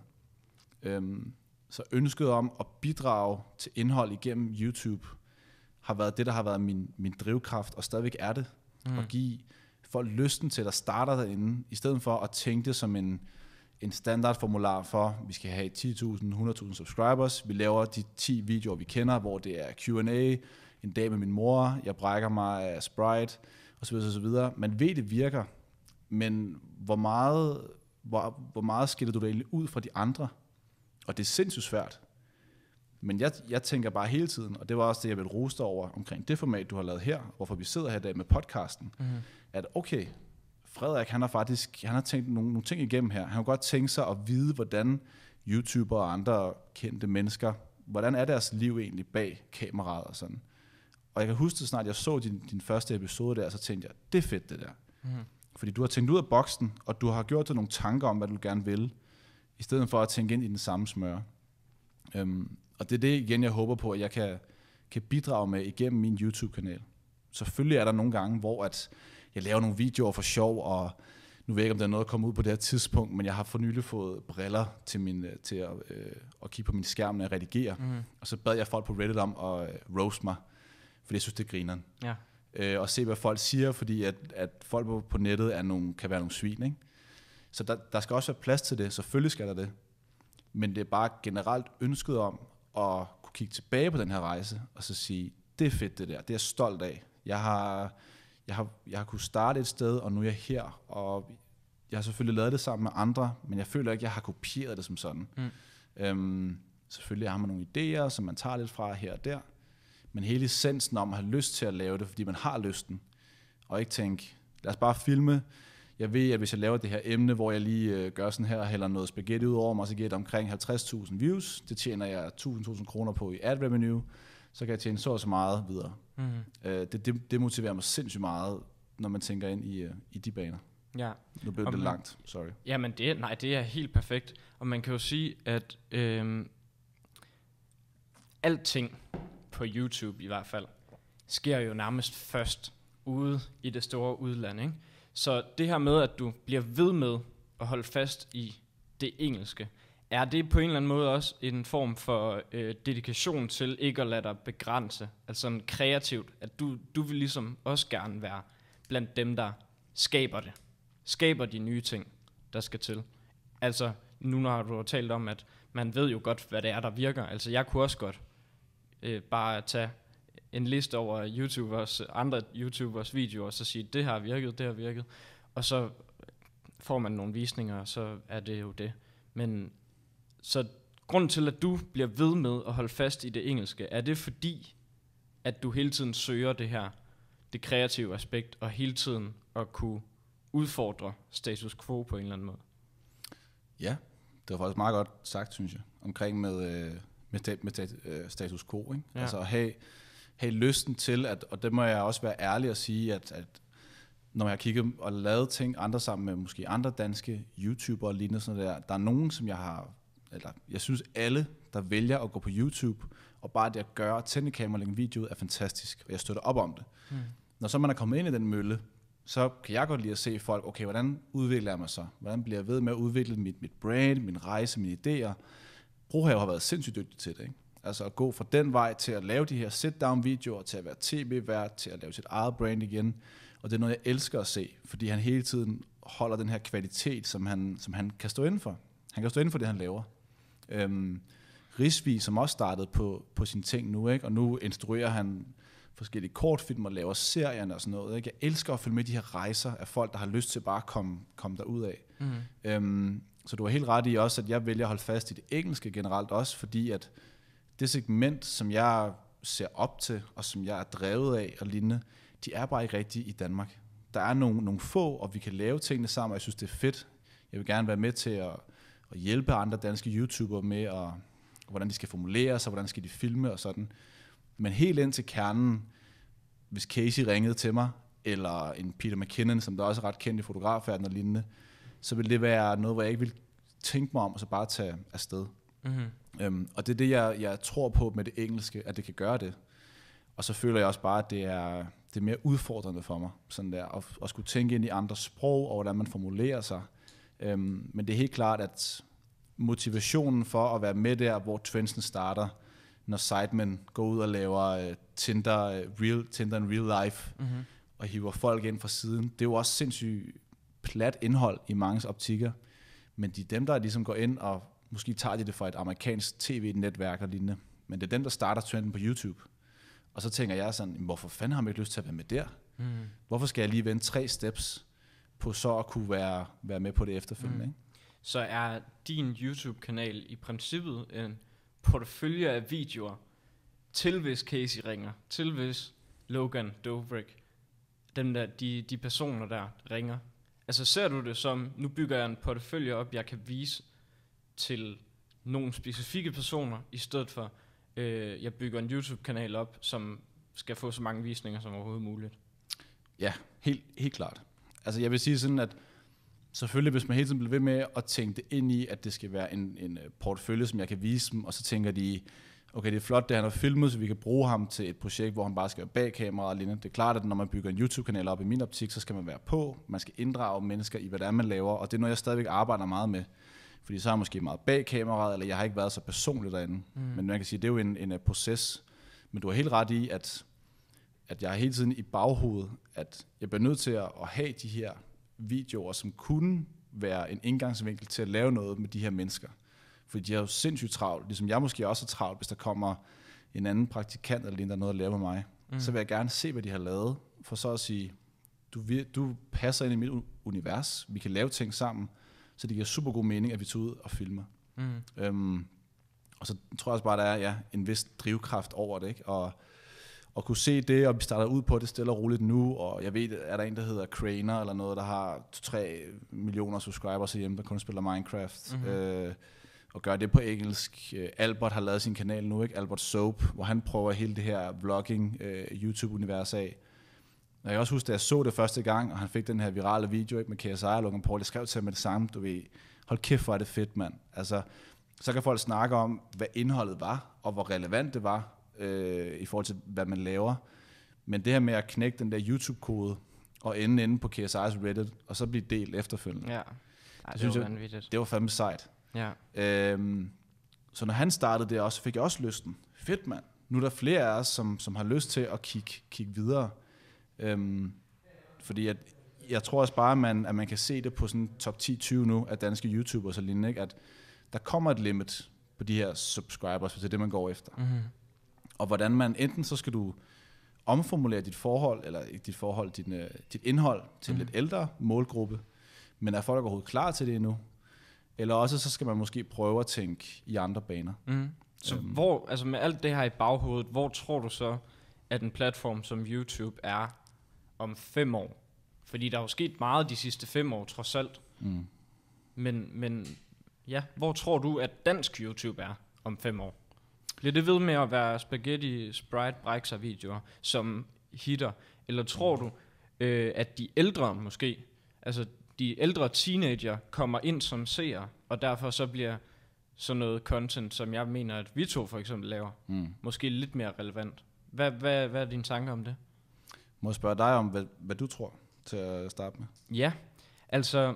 Så ønsket om at bidrage til indhold igennem YouTube, har været det, der har været min drivkraft, og stadigvæk er det. At give folk lysten til at starte derinde, i stedet for at tænke det som en standardformular for, vi skal have 10.000, 100.000 subscribers, vi laver de 10 videoer, vi kender, hvor det er Q&A, en dag med min mor, jeg brækker mig af Sprite, osv. Man ved, det virker, men hvor meget skiller du dig egentlig ud fra de andre? Og det er sindssygt svært. Men jeg tænker bare hele tiden, og det var også det, jeg vil rose dig over omkring det format, du har lavet her, hvorfor vi sidder her i dag med podcasten, at okay, Frederik, han har tænkt nogle ting igennem her. Han har godt tænkt sig at vide, hvordan YouTuber og andre kendte mennesker, hvordan er deres liv egentlig bag kameraet og sådan. Og jeg kan huske det snart, jeg så din første episode der, så tænkte jeg, det er fedt det der. Fordi du har tænkt ud af boksen, og du har gjort dig nogle tanker om, hvad du gerne vil, i stedet for at tænke ind i den samme smøre. Og det er det igen, jeg håber på, at jeg kan bidrage med igennem min YouTube-kanal. Selvfølgelig er der nogle gange, hvor at jeg laver nogle videoer for sjov, og nu ved jeg ikke, om der er noget at komme ud på det her tidspunkt, men jeg har for nylig fået briller til at kigge på min skærm, når jeg redigerer. Og så bad jeg folk på Reddit om at roast mig, fordi jeg synes, det er grineren. Ja. Og se, hvad folk siger, fordi at folk på nettet kan være nogle svin, ikke? Så der skal også være plads til det, selvfølgelig skal der det. Men det er bare generelt ønsket om at kunne kigge tilbage på den her rejse, og så sige, det er fedt det der, det er jeg stolt af. Jeg har kunnet starte et sted, og nu er jeg her, og jeg har selvfølgelig lavet det sammen med andre, men jeg føler ikke, at jeg har kopieret det som sådan. Selvfølgelig har man nogle idéer, som man tager lidt fra her og der, men hele essensen om at have lyst til at lave det, fordi man har lysten, og ikke tænke, lad os bare filme. Jeg ved, at hvis jeg laver det her emne, hvor jeg lige gør sådan her, hælder noget spaghetti ud over mig, så giver det omkring 50.000 views, det tjener jeg 1.000 kroner på i ad revenue, så kan jeg tjene så meget videre. Det motiverer mig sindssygt meget, når man tænker ind i de baner. Ja. Nu blev det langt, sorry. Jamen det er helt perfekt. Og man kan jo sige, at alting på YouTube i hvert fald, sker jo nærmest først ude i det store udland, ikke? Så det her med, at du bliver ved med at holde fast i det engelske, er det på en eller anden måde også en form for dedikation til ikke at lade dig begrænse? Altså sådan kreativt, at du vil ligesom også gerne være blandt dem, der skaber det. Skaber de nye ting, der skal til. Altså nu når du har talt om, at man ved jo godt, hvad det er, der virker. Altså jeg kunne også godt bare tage en liste over andre YouTubers videoer, og så sige, det har virket, og så får man nogle visninger, og så er det jo det. Men så grunden til, at du bliver ved med at holde fast i det engelske, er det fordi, at du hele tiden søger det kreative aspekt, og hele tiden at kunne udfordre status quo på en eller anden måde? Ja, det var faktisk meget godt sagt, synes jeg, omkring med status quo, ikke? Ja. Altså at have lysten til, og det må jeg også være ærlig at sige, at når jeg har kigget og lavet ting andre sammen med måske andre danske YouTubere og lignende sådan der er nogen, som jeg synes alle, der vælger at gå på YouTube, og bare det at gøre, tænde kamera og lægge video er fantastisk, og jeg støtter op om det. Når så man er kommet ind i den mølle, så kan jeg godt lide at se folk, okay, hvordan udvikler jeg mig så? Hvordan bliver jeg ved med at udvikle mit brand, min rejse, mine idéer? Brohave har været sindssygt dygtig til det, ikke? Altså at gå fra den vej til at lave de her sit-down-videoer, til at være tv-vært, til at lave sit eget brand igen. Og det er noget, jeg elsker at se, fordi han hele tiden holder den her kvalitet, som han kan stå inden for. Han kan stå inden for det, han laver. Risvig, som også startede på sine ting nu, ikke? Og nu instruerer han forskellige kortfilm og laver serierne og sådan noget, ikke? Jeg elsker at følge med de her rejser af folk, der har lyst til bare at komme derud af. Så du har helt ret i også, at jeg vælger at holde fast i det engelske generelt også, fordi at det segment, som jeg ser op til, og som jeg er drevet af og lignende, de er bare ikke rigtige i Danmark. Der er nogle få, og vi kan lave tingene sammen, og jeg synes, det er fedt. Jeg vil gerne være med til at hjælpe andre danske YouTubere med, hvordan de skal formulere sig, hvordan skal de filme og sådan. Men helt ind til kernen, hvis Casey ringede til mig eller en Peter McKinnon, som der også er ret kendt i fotografverdenen og lignende, så vil det være noget, hvor jeg ikke vil tænke mig om, og så bare tage afsted. Og det er det, jeg tror på med det engelske, at det kan gøre det. Og så føler jeg også bare, at det er mere udfordrende for mig, sådan der, at skulle tænke ind i andre sprog, og hvordan man formulerer sig. Men det er helt klart, at motivationen for at være med der, hvor trendsen starter, når sidemen går ud og laver Tinder in real life, og hiver folk ind fra siden, det er jo også sindssygt plat indhold i mange optikker, men de er dem, der ligesom går ind og måske tager de det fra et amerikansk tv-netværk og lignende, men det er dem, der starter trenden på YouTube. Og så tænker jeg sådan, hvorfor fanden har man ikke lyst til at være med der? Hvorfor skal jeg lige vente 3 steps på så at kunne være med på det efterfølgende? Ikke? Så er din YouTube-kanal i princippet en portefølje af videoer, til hvis Casey ringer, til hvis Logan Dobrik, de personer der ringer. Altså ser du det som, nu bygger jeg en portefølje op, jeg kan vise til nogle specifikke personer, i stedet for, jeg bygger en YouTube-kanal op, som skal få så mange visninger som overhovedet muligt? Ja, helt klart. Altså jeg vil sige sådan, at selvfølgelig, hvis man hele tiden bliver ved med at tænke det ind i, at det skal være en portefølje, som jeg kan vise dem, og så tænker de, okay, det er flot, det han har filmet, så vi kan bruge ham til et projekt, hvor han bare skal være bag kameraet og lignende. Det er klart, at når man bygger en YouTube-kanal op i min optik, så skal man være på, man skal inddrage mennesker i, hvad det er, man laver, og det er noget, jeg stadigvæk arbejder meget med. Fordi så er jeg måske meget bag kameraet, eller jeg har ikke været så personlig derinde. Men man kan sige, det er jo en proces. Men du har helt ret i, at jeg har hele tiden i baghovedet, at jeg bliver nødt til at have de her videoer, som kunne være en indgangsvinkel til at lave noget med de her mennesker. Fordi de er jo sindssygt travlt, ligesom jeg måske også er travlt, hvis der kommer en anden praktikant, eller en, der er noget at lave med mig. Så vil jeg gerne se, hvad de har lavet, for så at sige, du passer ind i mit univers, vi kan lave ting sammen, så det giver super god mening, at vi tager ud og filmer. Og så tror jeg også bare, der er en vis drivkraft over det, ikke? Og kunne se det, og vi starter ud på det stille og roligt nu, og jeg ved, er der en, der hedder Craner, eller noget, der har 2-3 millioner subscribers hjemme, der kun spiller Minecraft, og gør det på engelsk. Albert har lavet sin kanal nu, ikke? Albert Soap, hvor han prøver hele det her vlogging, YouTube-univers af. Og jeg kan også huske, da jeg så det første gang, og han fik den her virale video, ikke, med KSI og Logan Paul, jeg skrev til ham med det samme, du ved, hold kæft, hvor er det fedt, mand. Altså, så kan folk snakke om, hvad indholdet var, og hvor relevant det var, i forhold til, hvad man laver. Men det her med at knække den der YouTube-kode, og ende på KSI's Reddit, og så blive delt efterfølgende. Ja, det synes jeg, det var fandme sejt. Ja. Så når han startede det også, fik jeg også lysten. Fedt, mand. Nu er der flere af os, som har lyst til at kigge videre. Fordi jeg tror også bare, at man kan se det på sådan top 10-20 nu af danske YouTubers og lignende, ikke? At der kommer et limit på de her subscribers, hvis det er det, man går efter. Og hvordan man enten så skal du omformulere dit forhold, eller ikke dit forhold, dit indhold til en lidt ældre målgruppe, men er folk overhovedet klar til det endnu? Eller også så skal man måske prøve at tænke i andre baner. Så hvor, altså med alt det her i baghovedet, hvor tror du så, at en platform som YouTube er om 5 år? Fordi der er jo sket meget de sidste 5 år, trods alt. Men ja, hvor tror du, at dansk YouTube er om 5 år? Bliver det ved med at være spaghetti, sprite, brækser videoer, som hitter? Eller tror du, at de ældre måske, altså de ældre teenager, kommer ind som seere, og derfor så bliver sådan noget content, som jeg mener, at vi to for eksempel laver, måske lidt mere relevant? Hvad er dine tanker om det? Må jeg spørge dig om, hvad du tror til at starte med? Ja, altså,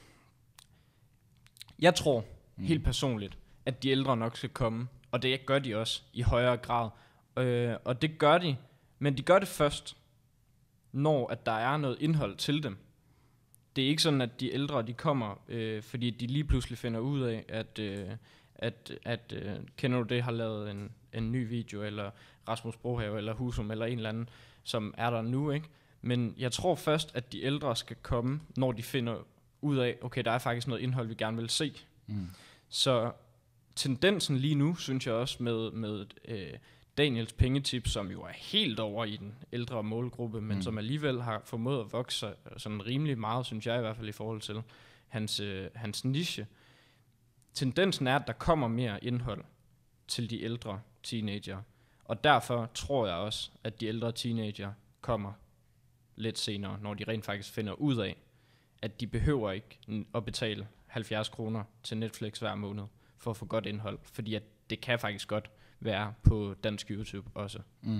jeg tror helt personligt, at de ældre nok skal komme, og det gør de også i højere grad. Og det gør de, men de gør det først, når at der er noget indhold til dem. Det er ikke sådan, at de ældre de kommer, fordi de lige pludselig finder ud af, at kender du det, har lavet en ny video, eller Rasmus Brohave, eller Husum, eller en eller anden, som er der nu, ikke? Men jeg tror først, at de ældre skal komme, når de finder ud af, okay, der er faktisk noget indhold, vi gerne vil se. Så tendensen lige nu, synes jeg også, med Daniels pengetip, som jo er helt over i den ældre målgruppe, men som alligevel har formået at vokse sådan rimelig meget, synes jeg i hvert fald i forhold til hans niche. Tendensen er, at der kommer mere indhold til de ældre teenager, og derfor tror jeg også, at de ældre teenager kommer lidt senere, når de rent faktisk finder ud af, at de behøver ikke at betale 70 kroner til Netflix hver måned for at få godt indhold, fordi at det kan faktisk godt være på dansk YouTube også.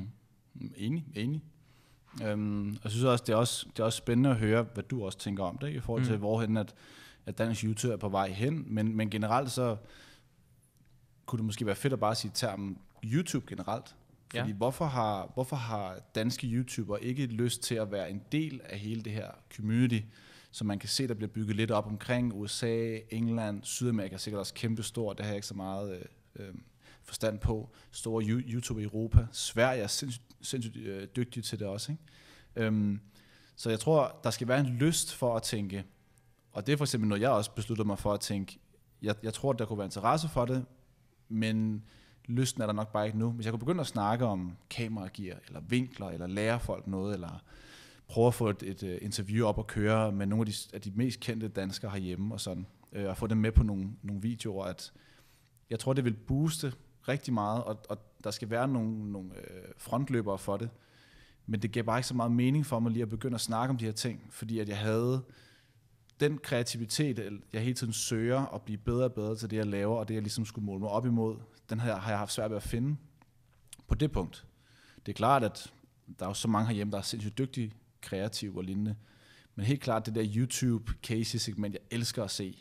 Enig. Jeg synes også, det er også spændende at høre, hvad du også tænker om det, ikke? I forhold til, hvorhen at dansk YouTube er på vej hen, men generelt så kunne det måske være fedt at bare sige termen YouTube generelt. Fordi hvorfor har danske YouTubere ikke lyst til at være en del af hele det her community, som man kan se, der bliver bygget lidt op omkring USA, England, Sydamerika er sikkert også kæmpestort, det har jeg ikke så meget forstand på. Store YouTube i Europa. Sverige er sindssygt dygtige til det også, ikke? Så jeg tror, der skal være en lyst for at tænke, og det er for eksempel noget, jeg også besluttede mig for at tænke, jeg tror, der kunne være interesse for det, men lysten er der nok bare ikke nu. Hvis jeg kunne begynde at snakke om kameragear, eller vinkler, eller lære folk noget, eller prøve at få et interview op og køre med nogle af de mest kendte danskere herhjemme, og sådan, og få dem med på nogle videoer, at jeg tror, det vil booste rigtig meget, og der skal være nogle frontløbere for det. Men det gav bare ikke så meget mening for mig lige at begynde at snakke om de her ting, fordi at jeg havde den kreativitet, jeg hele tiden søger at blive bedre og bedre til det, jeg laver, og det, jeg ligesom skulle måle mig op imod, den har jeg haft svært ved at finde på det punkt. Det er klart, at der er jo så mange herhjemme, der er sindssygt dygtige, kreative og lignende, men helt klart det der YouTube-case-segment, jeg elsker at se,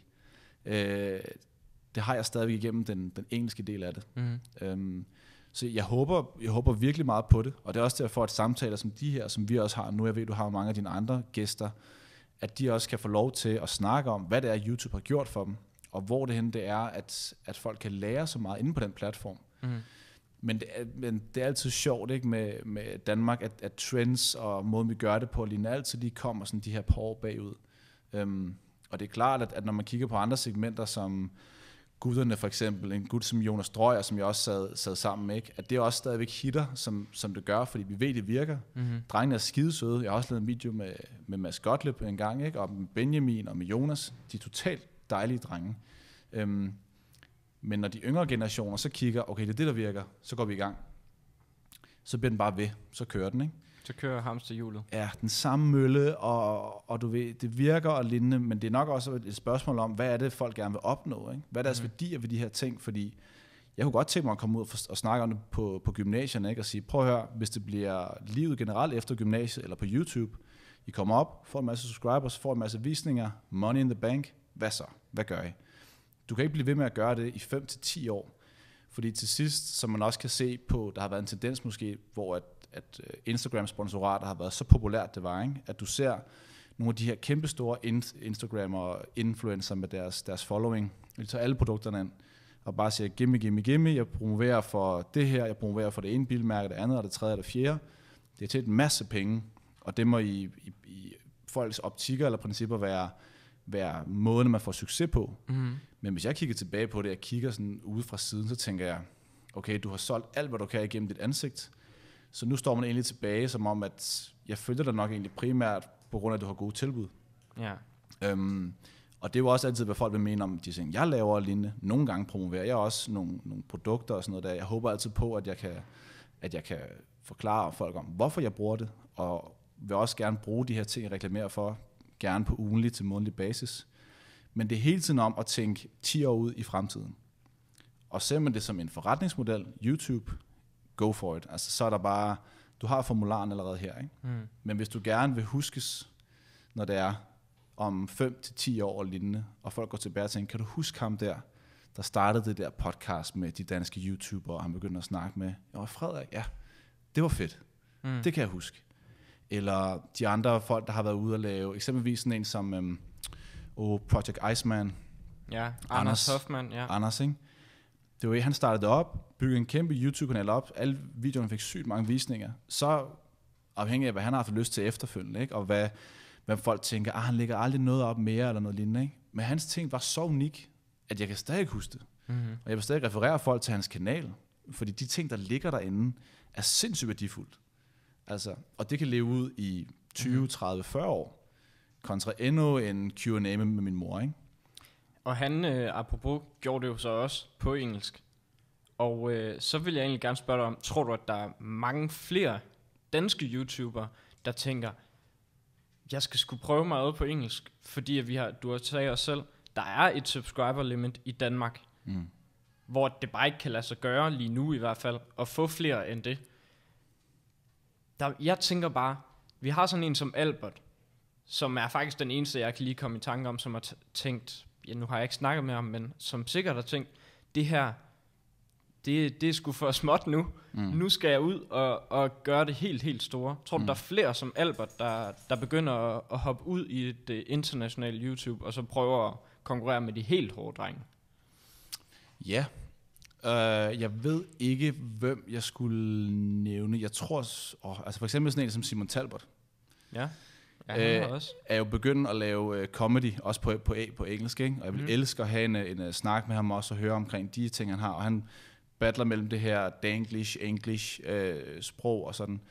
det har jeg stadigvæk igennem den engelske del af det. Så jeg håber virkelig meget på det, og det er også derfor, at samtaler som de her, som vi også har nu, jeg ved, du har mange af dine andre gæster, at de også kan få lov til at snakke om, hvad det er, YouTube har gjort for dem, og hvor det henne det er, at folk kan lære så meget inde på den platform. Men det er altid sjovt, ikke, med Danmark, at trends og måden, vi gør det på, lige altid de kommer sådan de her par år bagud. Og det er klart, at når man kigger på andre segmenter, som gutterne for eksempel, en gut som Jonas Drøyer, som jeg også sad sammen med, ikke? At det også stadigvæk hitter, som det gør, fordi vi ved, det virker. Drengene er skidesøde. Jeg har også lavet en video med Mads Gottlieb en gang, ikke? Og med Benjamin og med Jonas. De er totalt dejlige drenge. Men når de yngre generationer så kigger, okay, det er det, der virker, så går vi i gang. Så bliver den bare ved, så kører den, ikke? Så kører hamsterhjulet. Ja, den samme mølle, og du ved, det virker og lignende, men det er nok også et spørgsmål om, hvad er det, folk gerne vil opnå, ikke? Hvad er deres værdier ved de her ting, fordi jeg kunne godt tænke mig at komme ud og snakke om det på gymnasierne, ikke? Og sige, prøv at høre, hvis det bliver livet generelt efter gymnasiet, eller på YouTube, I kommer op, får en masse subscribers, får en masse visninger, money in the bank, hvad så? Hvad gør I? Du kan ikke blive ved med at gøre det i 5 til 10 år, fordi til sidst, som man også kan se på, der har været en tendens måske, hvor at Instagram-sponsorater har været så populært, det var, ikke? At du ser nogle af de her kæmpestore Instagrammer og influencer med deres following, de tager alle produkterne ind, og bare siger, gimme, jeg promoverer for det her, jeg promoverer for det ene bilmærke, det andet, og det tredje, og det fjerde. Det er til en masse penge, og det må i folks optikker eller principper være måden, man får succes på. Men hvis jeg kigger tilbage på det, jeg kigger sådan ude fra siden, så tænker jeg, okay, du har solgt alt, hvad du kan igennem dit ansigt, så nu står man egentlig tilbage, som om, at jeg følger dig nok egentlig primært, på grund af, at du har gode tilbud. Ja. Og det er jo også altid, hvad folk vil mene om de ting, jeg laver og lignende. Nogle gange promoverer jeg også nogle produkter og sådan noget der. Jeg håber altid på, at jeg kan forklare folk om, hvorfor jeg bruger det, og vil også gerne bruge de her ting, jeg reklamerer for, gerne på ugenlig til månedlig basis. Men det er hele tiden om at tænke 10 år ud i fremtiden. Og ser man det som en forretningsmodel, YouTube, go for it. Altså så er der bare, du har formularen allerede her, ikke? Men hvis du gerne vil huskes, når det er om 5 til 10 år og lignende, og folk går tilbage og tænker, kan du huske ham der startede det der podcast med de danske YouTubere, og han begyndte at snakke med, Frederik, ja, det var fedt. Det kan jeg huske. Eller de andre folk, der har været ude og lave, eksempelvis sådan en som Project Iceman. Ja, Anders Hoffmann. Ja. Anders, ikke? Det var han startede det op, byggede en kæmpe YouTube-kanal op, alle videoerne fik sygt mange visninger, så afhængig af, hvad han har haft lyst til efterfølgende, ikke? Og hvad folk tænker, han lægger aldrig noget op mere, eller noget lignende, ikke? Men hans ting var så unik, at jeg kan stadig huske det. Og jeg vil stadig referere folk til hans kanal, fordi de ting, der ligger derinde, er sindssygt værdifuldt. Altså, og det kan leve ud i 20, 30, 40 år, kontra endnu en Q&A med min mor, ikke? Og han, apropos, gjorde det jo så også på engelsk. Og så vil jeg egentlig gerne spørge dig om, tror du, at der er mange flere danske YouTubere, der tænker, Jeg skal sgu prøve mig på engelsk, fordi at du har sagt os selv, der er et subscriber limit i Danmark, hvor det bare ikke kan lade sig gøre lige nu i hvert fald, at få flere end det. Jeg tænker bare, vi har sådan en som Albert, som er faktisk den eneste, jeg kan lige komme i tanke om, som har tænkt, nu har jeg ikke snakket med ham, men som sikkert har tænkt, det her, det er sgu for småt nu. Nu skal jeg ud og gøre det helt store. Tror du, der er flere som Albert, der begynder at hoppe ud i det internationale YouTube, og så prøver at konkurrere med de helt hårde drenge? Ja. Jeg ved ikke, hvem jeg skulle nævne. Jeg tror, altså for eksempel sådan en som Simon Talbot. Ja. Er jo begyndt at lave comedy, også på engelsk, ikke? Og jeg vil elske at have en snak med ham også, og høre omkring de ting, han har. Og han battler mellem det her danglish, english sprog og sådan.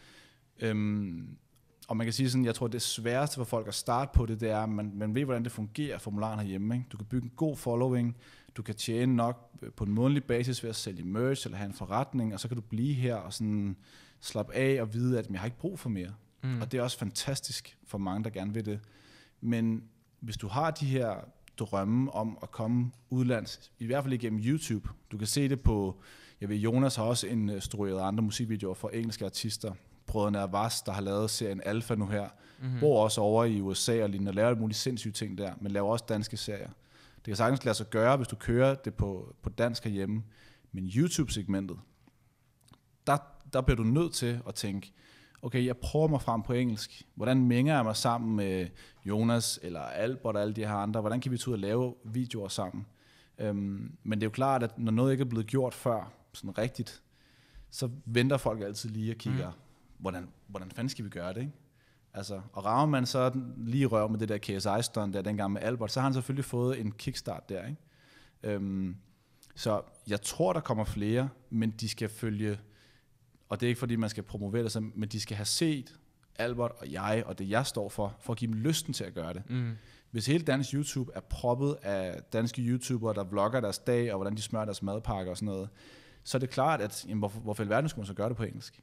Og man kan sige sådan, jeg tror, det sværeste for folk at starte på det, det er, at man ved, hvordan det fungerer, formularen herhjemme, ikke? Du kan bygge en god following, du kan tjene nok på en månedlig basis ved at sælge merch, eller have en forretning, og så kan du blive her og sådan slappe af og vide, at jeg har ikke brug for mere. Og det er også fantastisk for mange, der gerne vil det. Men hvis du har de her drømme om at komme udlands, i hvert fald igennem YouTube, du kan se det på, jeg ved, Jonas har også instrueret andre musikvideoer for engelske artister, brødrene Avas, der har lavet serien Alpha nu her, bor også over i USA og lignende, og laver alle mulige sindssyge ting der, men laver også danske serier. Det kan sagtens lade sig gøre, hvis du kører det på dansk herhjemme, men YouTube-segmentet, der bliver du nødt til at tænke, okay, jeg prøver mig frem på engelsk. Hvordan mænger jeg mig sammen med Jonas eller Albert og alle de her andre? Hvordan kan vi tage ud og lave videoer sammen? Men det er jo klart, at når noget ikke er blevet gjort før, sådan rigtigt, så venter folk altid lige og kigger, hvordan fanden skal vi gøre det, ikke? Altså, og rager man så lige røv med det der KSI-stunt der dengang med Albert, så har han selvfølgelig fået en kickstart der, ikke? Så jeg tror, der kommer flere, men de skal følge, og det er ikke fordi, man skal promovere det, men de skal have set Albert og jeg, og det jeg står for at give dem lysten til at gøre det. Hvis hele dansk YouTube er proppet af danske YouTubere, der vlogger deres dag, og hvordan de smører deres madpakker og sådan noget, så er det klart, at jamen, hvorfor i alverden skulle man så gøre det på engelsk?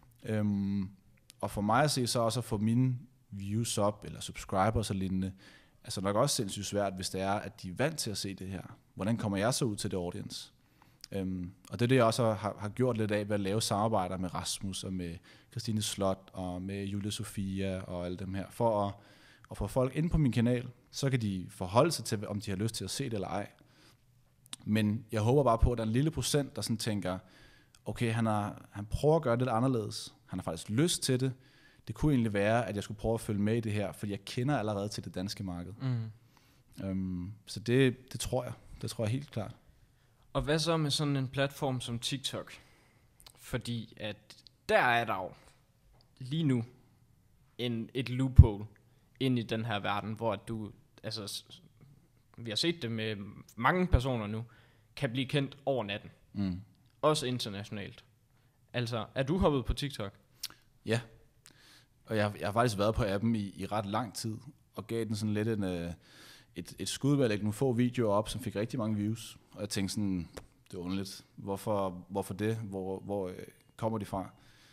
Og for mig at se, så også at få mine views op, eller subscribers og lignende, altså nok også sindssygt svært, hvis det er, at de er vant til at se det her. Hvordan kommer jeg så ud til det audience? Og det er det, jeg også har gjort lidt af ved at lave samarbejder med Rasmus og med Christine Slot og med Julia Sofia og alle dem her, for at få folk ind på min kanal, så kan de forholde sig til, om de har lyst til at se det eller ej. Men jeg håber bare på, at der er en lille procent, der sådan tænker, okay, han prøver at gøre det lidt anderledes. Han har faktisk lyst til det. Det kunne egentlig være, at jeg skulle prøve at følge med i det her, fordi jeg kender allerede til det danske marked. Så det tror jeg. Det tror jeg helt klart. Og hvad så med sådan en platform som TikTok? Fordi at der er der jo lige nu et loophole ind i den her verden, hvor du, altså vi har set det med mange personer nu, kan blive kendt over natten. Også internationalt. Altså, er du hoppet på TikTok? Ja, og jeg har faktisk været på appen i ret lang tid, og gav den sådan lidt et skud ved at lægge nogle få videoer op, som fik rigtig mange views. Og jeg tænkte sådan, det er underligt. Hvorfor det? Hvor kommer de fra?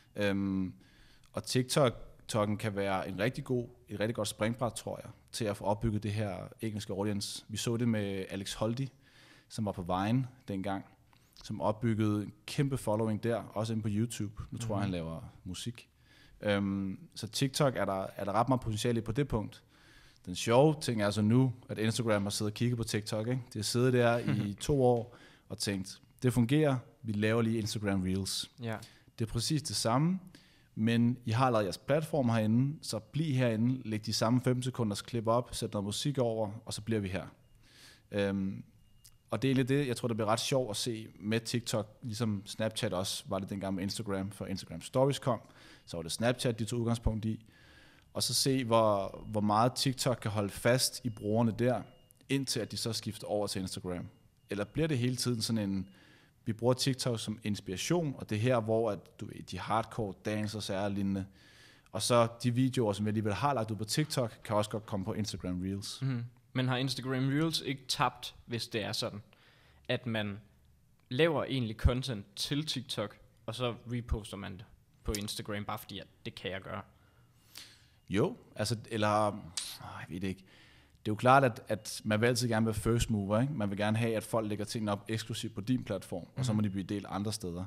Og TikTok'en kan være et rigtig godt springbræt, tror jeg, til at få opbygget det her engelske audience. Vi så det med Alex Holdy, som var på Vine dengang, som opbyggede en kæmpe following der, også inde på YouTube. Nu tror jeg, han laver musik. Så TikTok er der ret meget potentiale på det punkt. Den sjove ting er altså nu, at Instagram har siddet og kigget på TikTok, ikke? Det har siddet der i 2 år og tænkt, det fungerer, vi laver lige Instagram Reels. Ja. Det er præcis det samme, men I har lavet jeres platform herinde, så bliv herinde, læg de samme 5 sekunders klip op, sæt noget musik over, og så bliver vi her. Og det er egentlig det, jeg tror, det bliver ret sjovt at se med TikTok, ligesom Snapchat også var det dengang med Instagram, for Instagram Stories kom, så var det Snapchat, de tog udgangspunkt i, og så se, hvor meget TikTok kan holde fast i brugerne der, indtil at de så skifter over til Instagram. Eller bliver det hele tiden sådan en, vi bruger TikTok som inspiration, og det er her, hvor at, du ved, de hardcore dancers er lignende, og så de videoer, som vi alligevel har lagt ud på TikTok, kan også godt komme på Instagram Reels. Men har Instagram Reels ikke tabt, hvis det er sådan, at man laver egentlig content til TikTok, og så reposter man det på Instagram, bare fordi at det kan jeg gøre? Jo, altså, eller, jeg ved det ikke. Det er jo klart, at man vil altid gerne være first mover, ikke? Man vil gerne have, at folk lægger tingene op eksklusivt på din platform, og så må de blive delt andre steder.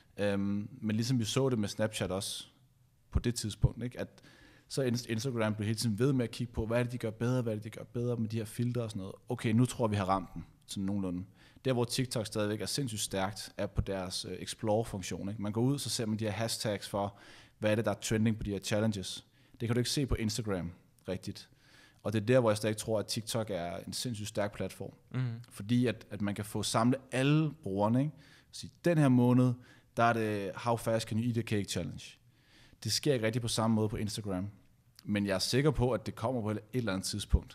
Men ligesom vi så det med Snapchat også, på det tidspunkt, ikke? At så Instagram blev hele tiden ved med at kigge på, hvad er det, de gør bedre med de her filtre og sådan noget. Okay, nu tror vi har ramt den, sådan nogenlunde. Der, hvor TikTok stadigvæk er sindssygt stærkt, er på deres Explore-funktion, ikke? Man går ud, så ser man de her hashtags for, hvad er det, der er trending på de her challenges. Det kan du ikke se på Instagram rigtigt. Og det er der, hvor jeg stadig tror, at TikTok er en sindssygt stærk platform. Fordi at man kan få samlet alle brugerne, ikke? Så den her måned, der er det How Fast Can You Eat a Cake Challenge. Det sker ikke rigtig på samme måde på Instagram. Men jeg er sikker på, at det kommer på et eller andet tidspunkt.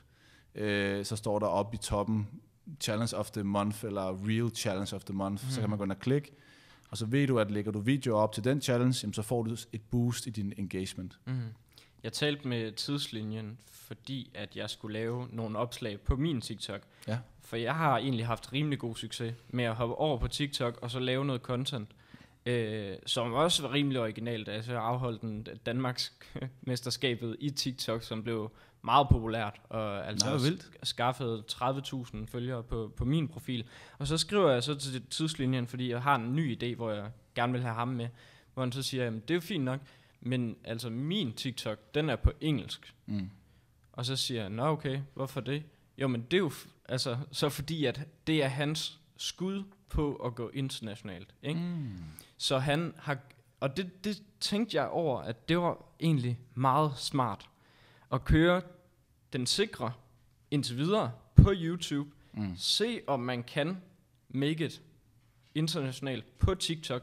Så står der oppe i toppen, Challenge of the Month, eller Real Challenge of the Month. Så kan man gå ind og klikke. Og så ved du, at lægger du videoer op til den challenge, jamen, så får du et boost i din engagement. Jeg talte med Tidslinjen, fordi at jeg skulle lave nogle opslag på min TikTok. Ja. For jeg har egentlig haft rimelig god succes med at hoppe over på TikTok og så lave noget content, som også var rimelig originalt. Altså jeg afholdt Danmarks mesterskabet i TikTok, som blev meget populært, og altså skaffede 30.000 følgere på min profil. Og så skriver jeg så til Tidslinjen, fordi jeg har en ny idé, hvor jeg gerne vil have ham med, hvor han så siger, jamen det er jo fint nok, men altså min TikTok, den er på engelsk. Og så siger jeg, nå okay, hvorfor det? Jo, men det er jo altså så fordi, at det er hans skud på at gå internationalt, ikke? Så han har, og det tænkte jeg over, at det var egentlig meget smart at køre den sikre indtil videre på YouTube. Se om man kan make it internationalt på TikTok.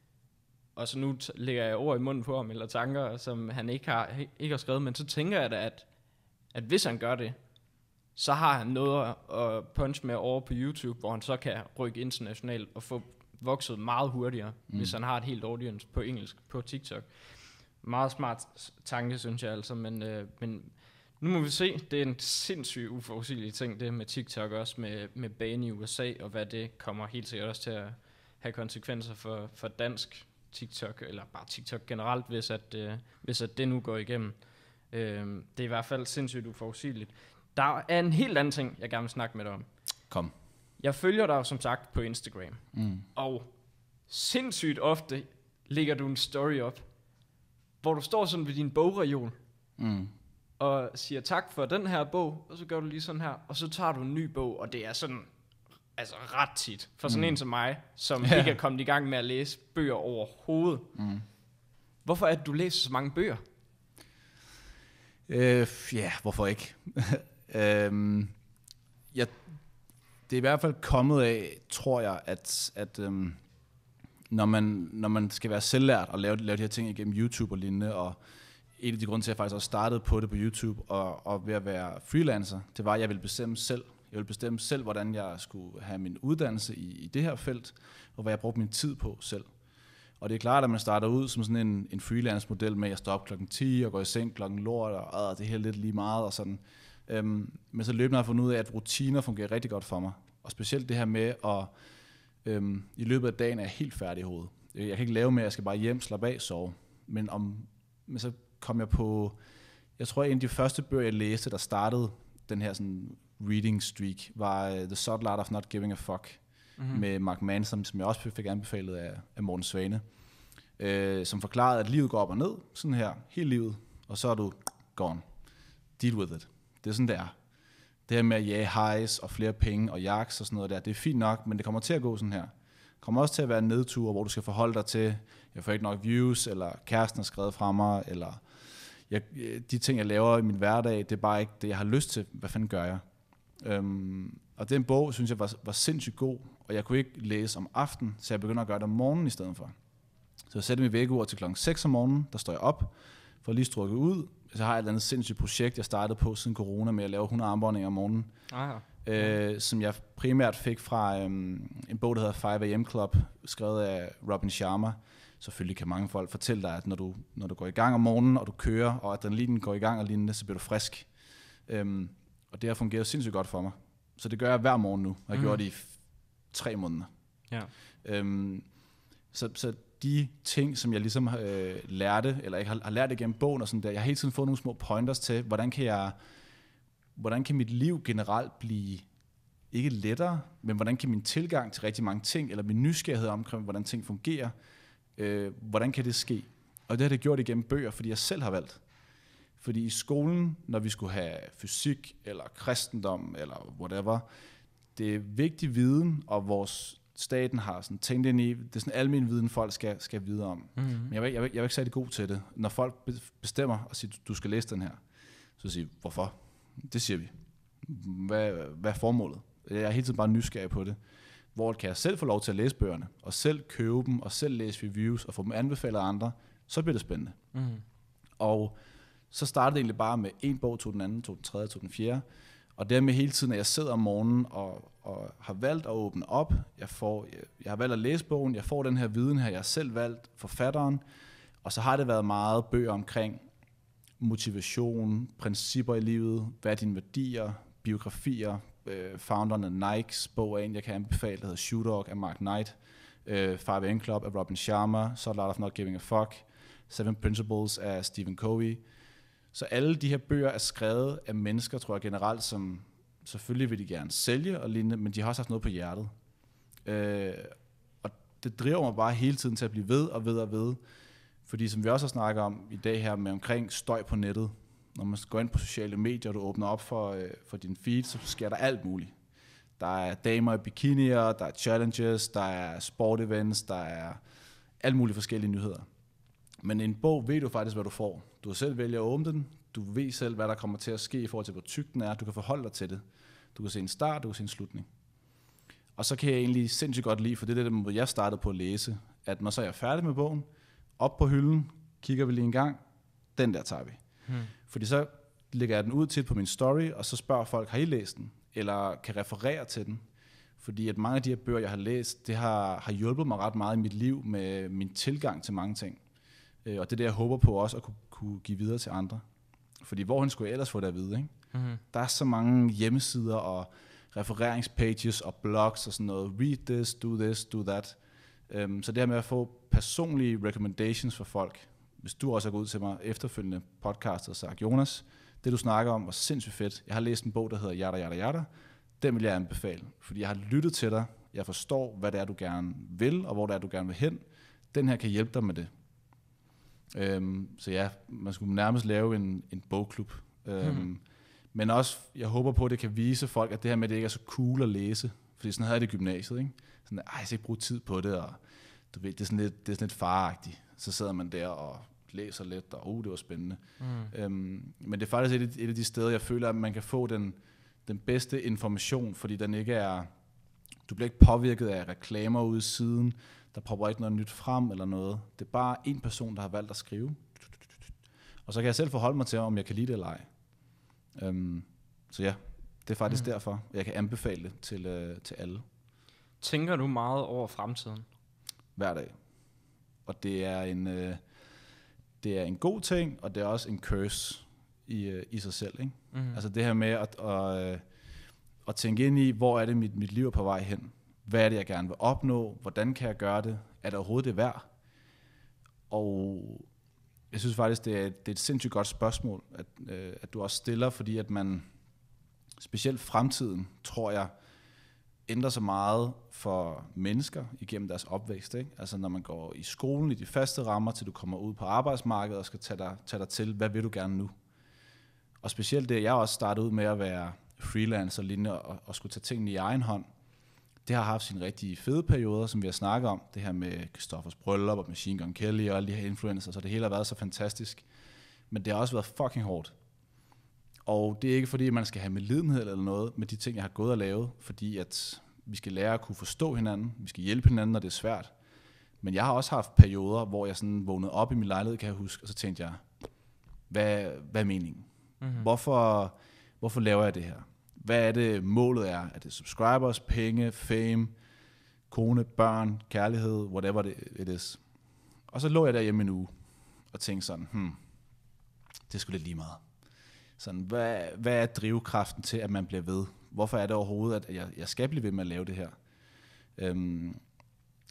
Og så nu lægger jeg ord i munden på ham, eller tanker, som han ikke har skrevet, men så tænker jeg da, at hvis han gør det, så har han noget at punch med over på YouTube, hvor han så kan rykke internationalt og få vokset meget hurtigere, hvis han har et helt audience på engelsk på TikTok. Meget smart tanke, synes jeg altså, men nu må vi se. Det er en sindssygt uforudsigelig ting, det med TikTok også, med ban i USA, og hvad det kommer helt sikkert også til at have konsekvenser for dansk TikTok, eller bare TikTok generelt, hvis at det nu går igennem. Det er i hvert fald sindssygt uforudsigeligt. Der er en helt anden ting, jeg gerne vil snakke med dig om. Kom. Jeg følger dig som sagt på Instagram, og sindssygt ofte lægger du en story op, hvor du står sådan ved din bogreol, og siger tak for den her bog, og så gør du lige sådan her, og så tager du en ny bog, og det er sådan, altså ret tit, for sådan en som mig, som ikke er kommet i gang med at læse bøger overhovedet. Hvorfor er det, du læser så mange bøger? Hvorfor ikke? Det er i hvert fald kommet af, tror jeg, at når man skal være selvlært og lave de her ting igennem YouTube og lignende, og en af de grunde til, at jeg faktisk også startede på det på YouTube og ved at være freelancer, det var, at jeg ville bestemme selv. Jeg ville bestemme selv, hvordan jeg skulle have min uddannelse i det her felt, og hvad jeg brugte min tid på selv. Og det er klart, at man starter ud som sådan en freelance-model med, at jeg står op klokken 10 og går i seng klokken lort, og det her lidt lige meget og sådan. Men så løbende har jeg fundet ud af, at rutiner fungerer rigtig godt for mig. Og specielt det her med, at i løbet af dagen er jeg helt færdig i hovedet. Jeg kan ikke lave mere, jeg skal bare hjem, slappe af, sove. Men så kom jeg på, jeg tror, en af de første bøger, jeg læste, der startede den her sådan reading streak, var The Subtle Art of Not Giving a Fuck, med Mark Manson, som jeg også fik anbefalet af Morten Svane, som forklarede, at livet går op og ned, sådan her, hele livet, og så er du gone. Deal with it. Det er sådan, det er. Det her med at jage highs og flere penge og jaks og sådan noget der, det er fint nok, men det kommer til at gå sådan her. Det kommer også til at være en nedtur, hvor du skal forholde dig til, jeg får ikke nok views, eller kæresten har skrevet fra mig, eller de ting, jeg laver i min hverdag, det er bare ikke det, jeg har lyst til. Hvad fanden gør jeg? Og den bog, synes jeg, var sindssygt god, og jeg kunne ikke læse om aftenen, så jeg begynder at gøre det om morgenen i stedet for. Så jeg sætter mit vækkeur til klokken 6 om morgenen, der står jeg op, for lige strukket ud. Så har jeg et eller andet sindssygt projekt, jeg startede på siden corona, med at lave 100 armbåndinger om morgenen. Som jeg primært fik fra en bog, der hedder 5 AM Club, skrevet af Robin Sharma. Selvfølgelig kan mange folk fortælle dig, at når du går i gang om morgenen, og du kører, og adrenalinen går i gang og lignende, så bliver du frisk. Og det har fungeret sindssygt godt for mig. Så det gør jeg hver morgen nu, og jeg har gjort det i 3 måneder. Ja. Så de ting, som jeg ligesom lærte, eller ikke har lært igennem bogen og sådan der, jeg har hele tiden fået nogle små pointers til, hvordan kan mit liv generelt blive ikke lettere, men hvordan kan min tilgang til rigtig mange ting, eller min nysgerrighed omkring, hvordan ting fungerer, hvordan kan det ske? Og det har det gjort igennem bøger, fordi jeg selv har valgt. Fordi i skolen, når vi skulle have fysik, eller kristendom, eller whatever, det er vigtig viden, og vores staten har sådan tænkt ind i, det er sådan almen viden, folk skal vide om. Mm-hmm. Men jeg er ikke særlig god til det. Når folk bestemmer og siger, du skal læse den her, så siger jeg, hvorfor? Det siger vi. Hvad er formålet? Jeg er hele tiden bare nysgerrig på det. Hvor kan jeg selv få lov til at læse bøgerne, og selv købe dem, og selv læse reviews, og få dem anbefalet af andre, så bliver det spændende. Mm. Og så startede det egentlig bare med en bog, tog den anden, tog den tredje, tog den fjerde, og dermed hele tiden, at jeg sidder om morgenen og har valgt at åbne op, jeg har valgt at læse bogen, jeg får den her viden her, jeg har selv valgt forfatteren, og så har det været meget bøger omkring motivation, principper i livet, hvad er dine værdier, biografier, founderen af Nikes bog er en, jeg kan anbefale, der hedder Shoe Dog af Mark Knight, 5am Club af Robin Sharma, So A Lot of Not Giving a Fuck, 7 Principles af Stephen Covey. Så alle de her bøger er skrevet af mennesker, tror jeg generelt, som selvfølgelig vil de gerne sælge og lignende, men de har også haft noget på hjertet. Og det driver mig bare hele tiden til at blive ved og ved og ved. Fordi som vi også har snakket om i dag her med omkring støj på nettet, når man går ind på sociale medier, og du åbner op for din feed, så sker der alt muligt. Der er damer i bikinier, der er challenges, der er sportevents, der er alt mulige forskellige nyheder. Men en bog ved du faktisk, hvad du får. Du har selv vælge at åbne den. Du ved selv, hvad der kommer til at ske i forhold til, hvor tyk den er. Du kan forholde dig til det. Du kan se en start, du kan se en slutning. Og så kan jeg egentlig sindssygt godt lide, for det er det, hvor jeg startede på at læse, at når så er jeg færdig med bogen, op på hylden, kigger vi lige en gang, den der tager vi. Fordi så lægger jeg den ud tit på min story, og så spørger folk, har I læst den? Eller kan referere til den. Fordi at mange af de her bøger, jeg har læst, det har hjulpet mig ret meget i mit liv med min tilgang til mange ting. Og det er det, jeg håber på også at kunne give videre til andre. Fordi hvorhen skulle jeg ellers få det at vide, ikke? Mm-hmm. Der er så mange hjemmesider og refereringspages og blogs og sådan noget. Read this, do that. Så det her med at få personlige recommendations for folk. Hvis du også har gået ud til mig efterfølgende podcast og sagt, Jonas, det du snakker om var sindssygt fedt. Jeg har læst en bog, der hedder Yada Yada Yada. Den vil jeg anbefale, fordi jeg har lyttet til dig. Jeg forstår, hvad det er, du gerne vil, og hvor det er, du gerne vil hen. Den her kan hjælpe dig med det. Så ja, man skulle nærmest lave en bogklub. Men også, jeg håber på, at det kan vise folk, at det her med, at det ikke er så cool at læse. Fordi sådan havde jeg det i gymnasiet, ikke? Sådan, jeg skal ikke bruge tid på det, og du ved, det er sådan lidt faragtigt. Så sidder man der og læser lidt, og det var spændende. Men det er faktisk et af de steder, jeg føler, at man kan få den bedste information, fordi den ikke er, du bliver ikke påvirket af reklamer ude i siden, der popper ikke noget nyt frem eller noget. Det er bare en person, der har valgt at skrive. Og så kan jeg selv forholde mig til, om jeg kan lide det eller ej. Så ja, det er faktisk derfor, jeg kan anbefale det til alle. Tænker du meget over fremtiden? Hver dag. Og det er en god ting, og det er også en curse i sig selv. Ikke? Mm-hmm. Altså det her med at tænke ind i, hvor er det mit liv er på vej hen? Hvad er det, jeg gerne vil opnå? Hvordan kan jeg gøre det? Er det overhovedet det værd? Og jeg synes faktisk, det er et sindssygt godt spørgsmål, at du også stiller, fordi at man, specielt fremtiden, tror jeg, ændrer sig meget for mennesker igennem deres opvækst. Ikke? Altså når man går i skolen i de faste rammer, til du kommer ud på arbejdsmarkedet og skal tage dig til, hvad vil du gerne nu? Og specielt det, jeg også startede ud med at være freelancer lignende og skulle tage tingene i egen hånd, det har haft sine rigtig fede perioder, som vi har snakket om. Det her med Christoffers bryllup og Machine Gun Kelly og alle de her influencer, så det hele har været så fantastisk. Men det har også været fucking hårdt. Og det er ikke fordi, man skal have medlidenhed eller noget med de ting, jeg har gået og lavet, fordi at vi skal lære at kunne forstå hinanden, vi skal hjælpe hinanden, når det er svært. Men jeg har også haft perioder, hvor jeg sådan vågnede op i min lejlighed, kan jeg huske, og så tænkte jeg, hvad er meningen? Mm-hmm. Hvorfor laver jeg det her? Hvad er det målet er? Er det subscribers, penge, fame, kone, børn, kærlighed, whatever it is? Og så lå jeg derhjemme en uge og tænkte sådan, det er sgu lidt lige meget. Sådan, hvad er drivkraften til, at man bliver ved? Hvorfor er det overhovedet, at jeg skal blive ved med at lave det her?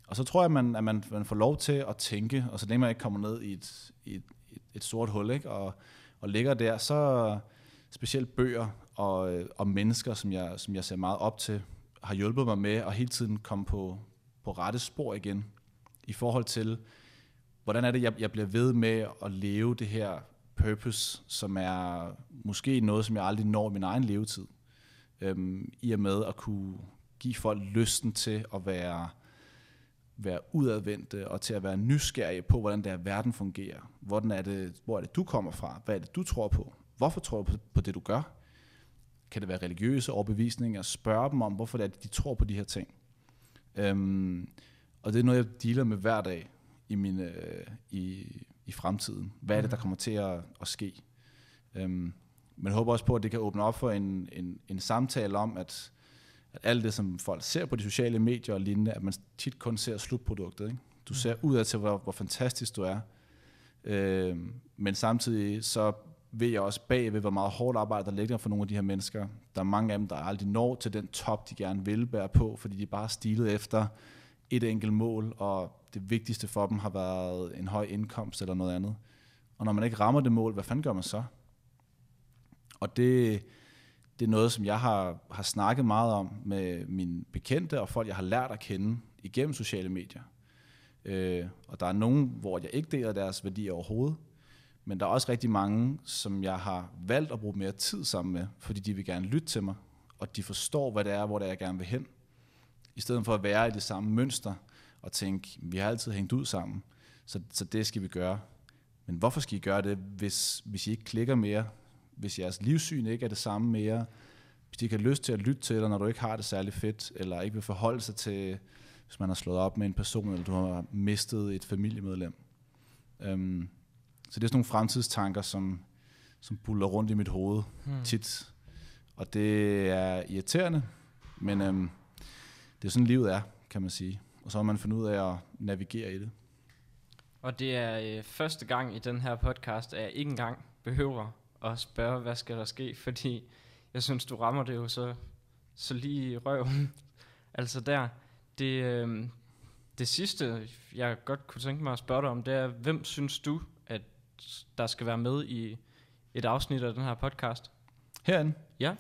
Og så tror jeg, at man får lov til at tænke, og så længe man ikke kommer ned i et sort hul, ikke? Og ligger der, så specielt bøger og mennesker, som jeg ser meget op til, har hjulpet mig med at hele tiden komme på rette spor igen, i forhold til, hvordan er det, jeg bliver ved med at leve det her purpose, som er måske noget, som jeg aldrig når i min egen levetid. I og med at kunne give folk lysten til at være udadvendte og til at være nysgerrige på, hvordan det er, verden fungerer. Hvor er det, du kommer fra? Hvad er det, du tror på? Hvorfor tror du på det, du gør? Kan det være religiøse overbevisninger? Spørg dem om, hvorfor det er, de tror på de her ting. Og det er noget, jeg dealer med hver dag i fremtiden. Hvad er det, der kommer til at ske? Men jeg håber også på, at det kan åbne op for en samtale om, at alt det, som folk ser på de sociale medier og lignende, at man tit kun ser slutproduktet. Ikke? Du ser udad til, hvor fantastisk du er. Men samtidig så ved jeg også bagved, hvor meget hårdt arbejde der ligger for nogle af de her mennesker. Der er mange af dem, der aldrig når til den top, de gerne vil bære på, fordi de bare er stilet efter et enkelt mål, og det vigtigste for dem har været en høj indkomst eller noget andet. Og når man ikke rammer det mål, hvad fanden gør man så? Og det er noget, som jeg har snakket meget om med mine bekendte og folk, jeg har lært at kende igennem sociale medier. Og der er nogen, hvor jeg ikke deler deres værdier overhovedet, men der er også rigtig mange, som jeg har valgt at bruge mere tid sammen med, fordi de vil gerne lytte til mig, og de forstår, hvad det er, hvor det er, jeg gerne vil hen. I stedet for at være i det samme mønster og tænke, vi har altid hængt ud sammen, så det skal vi gøre. Men hvorfor skal I gøre det, hvis I ikke klikker mere? Hvis jeres livssyn ikke er det samme mere? Hvis de ikke har lyst til at lytte til dig, når du ikke har det særlig fedt, eller ikke vil forholde sig til, hvis man har slået op med en person, eller du har mistet et familiemedlem. Så det er sådan nogle fremtidstanker, som buller rundt i mit hoved tit. Og det er irriterende, men det er sådan livet er, kan man sige. Og så har man fundet ud af at navigere i det. Og det er første gang i den her podcast, at jeg ikke engang behøver at spørge, hvad skal der ske, fordi jeg synes, du rammer det jo så lige i røven. Altså der, det sidste, jeg godt kunne tænke mig at spørge dig om, det er, hvem synes du, at der skal være med i et afsnit af den her podcast? Herinde? Ja.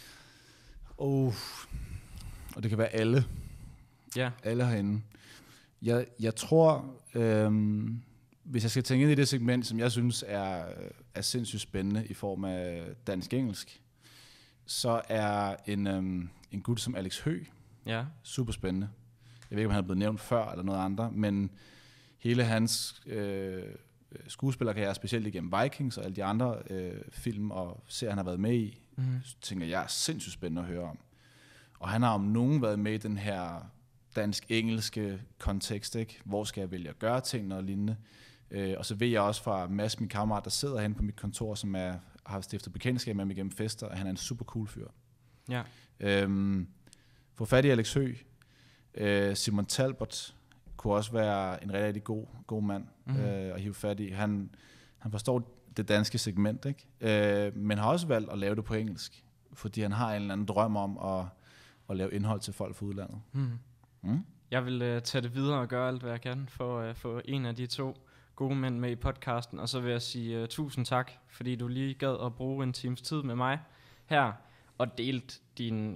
Og det kan være alle. Ja. Alle herinde. Jeg tror, hvis jeg skal tænke ind i det segment, som jeg synes er sindssygt spændende i form af dansk-engelsk, så er en gut som Alex Høgh super spændende. Jeg ved ikke, om han er blevet nævnt før eller noget andet, men hele hans skuespillerkarriere, specielt igennem Vikings og alle de andre film og serier, han har været med i, tænker jeg er sindssygt spændende at høre om. Og han har om nogen været med i den her dansk-engelske kontekst, ikke? Hvor skal jeg vælge at gøre tingene og lignende. Og så ved jeg også fra Mads, min kammerat, der sidder herinde på mit kontor, som har stiftet bekendtskab med mig gennem fester, og han er en super cool fyr. Ja. Få fat i Alex Høgh. Simon Talbot kunne også være en rigtig god mand at hive fat i. Han forstår det danske segment, ikke? Men har også valgt at lave det på engelsk, fordi han har en eller anden drøm om at lave indhold til folk fra udlandet. Jeg vil tage det videre og gøre alt, hvad jeg kan for at få en af de to gode mænd med i podcasten, og så vil jeg sige tusind tak, fordi du lige gad at bruge en times tid med mig her, og delt dine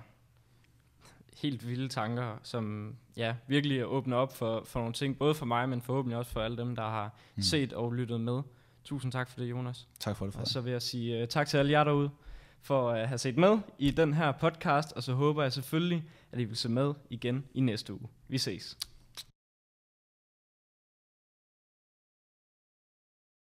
helt vilde tanker, som virkelig åbner op for nogle ting, både for mig, men forhåbentlig også for alle dem, der har set og lyttet med. Tusind tak for det, Jonas. Tak for det, Frederik. Og så vil jeg sige tak til alle jer derude for at have set med i den her podcast, og så håber jeg selvfølgelig, at I vil se med igen i næste uge. Vi ses.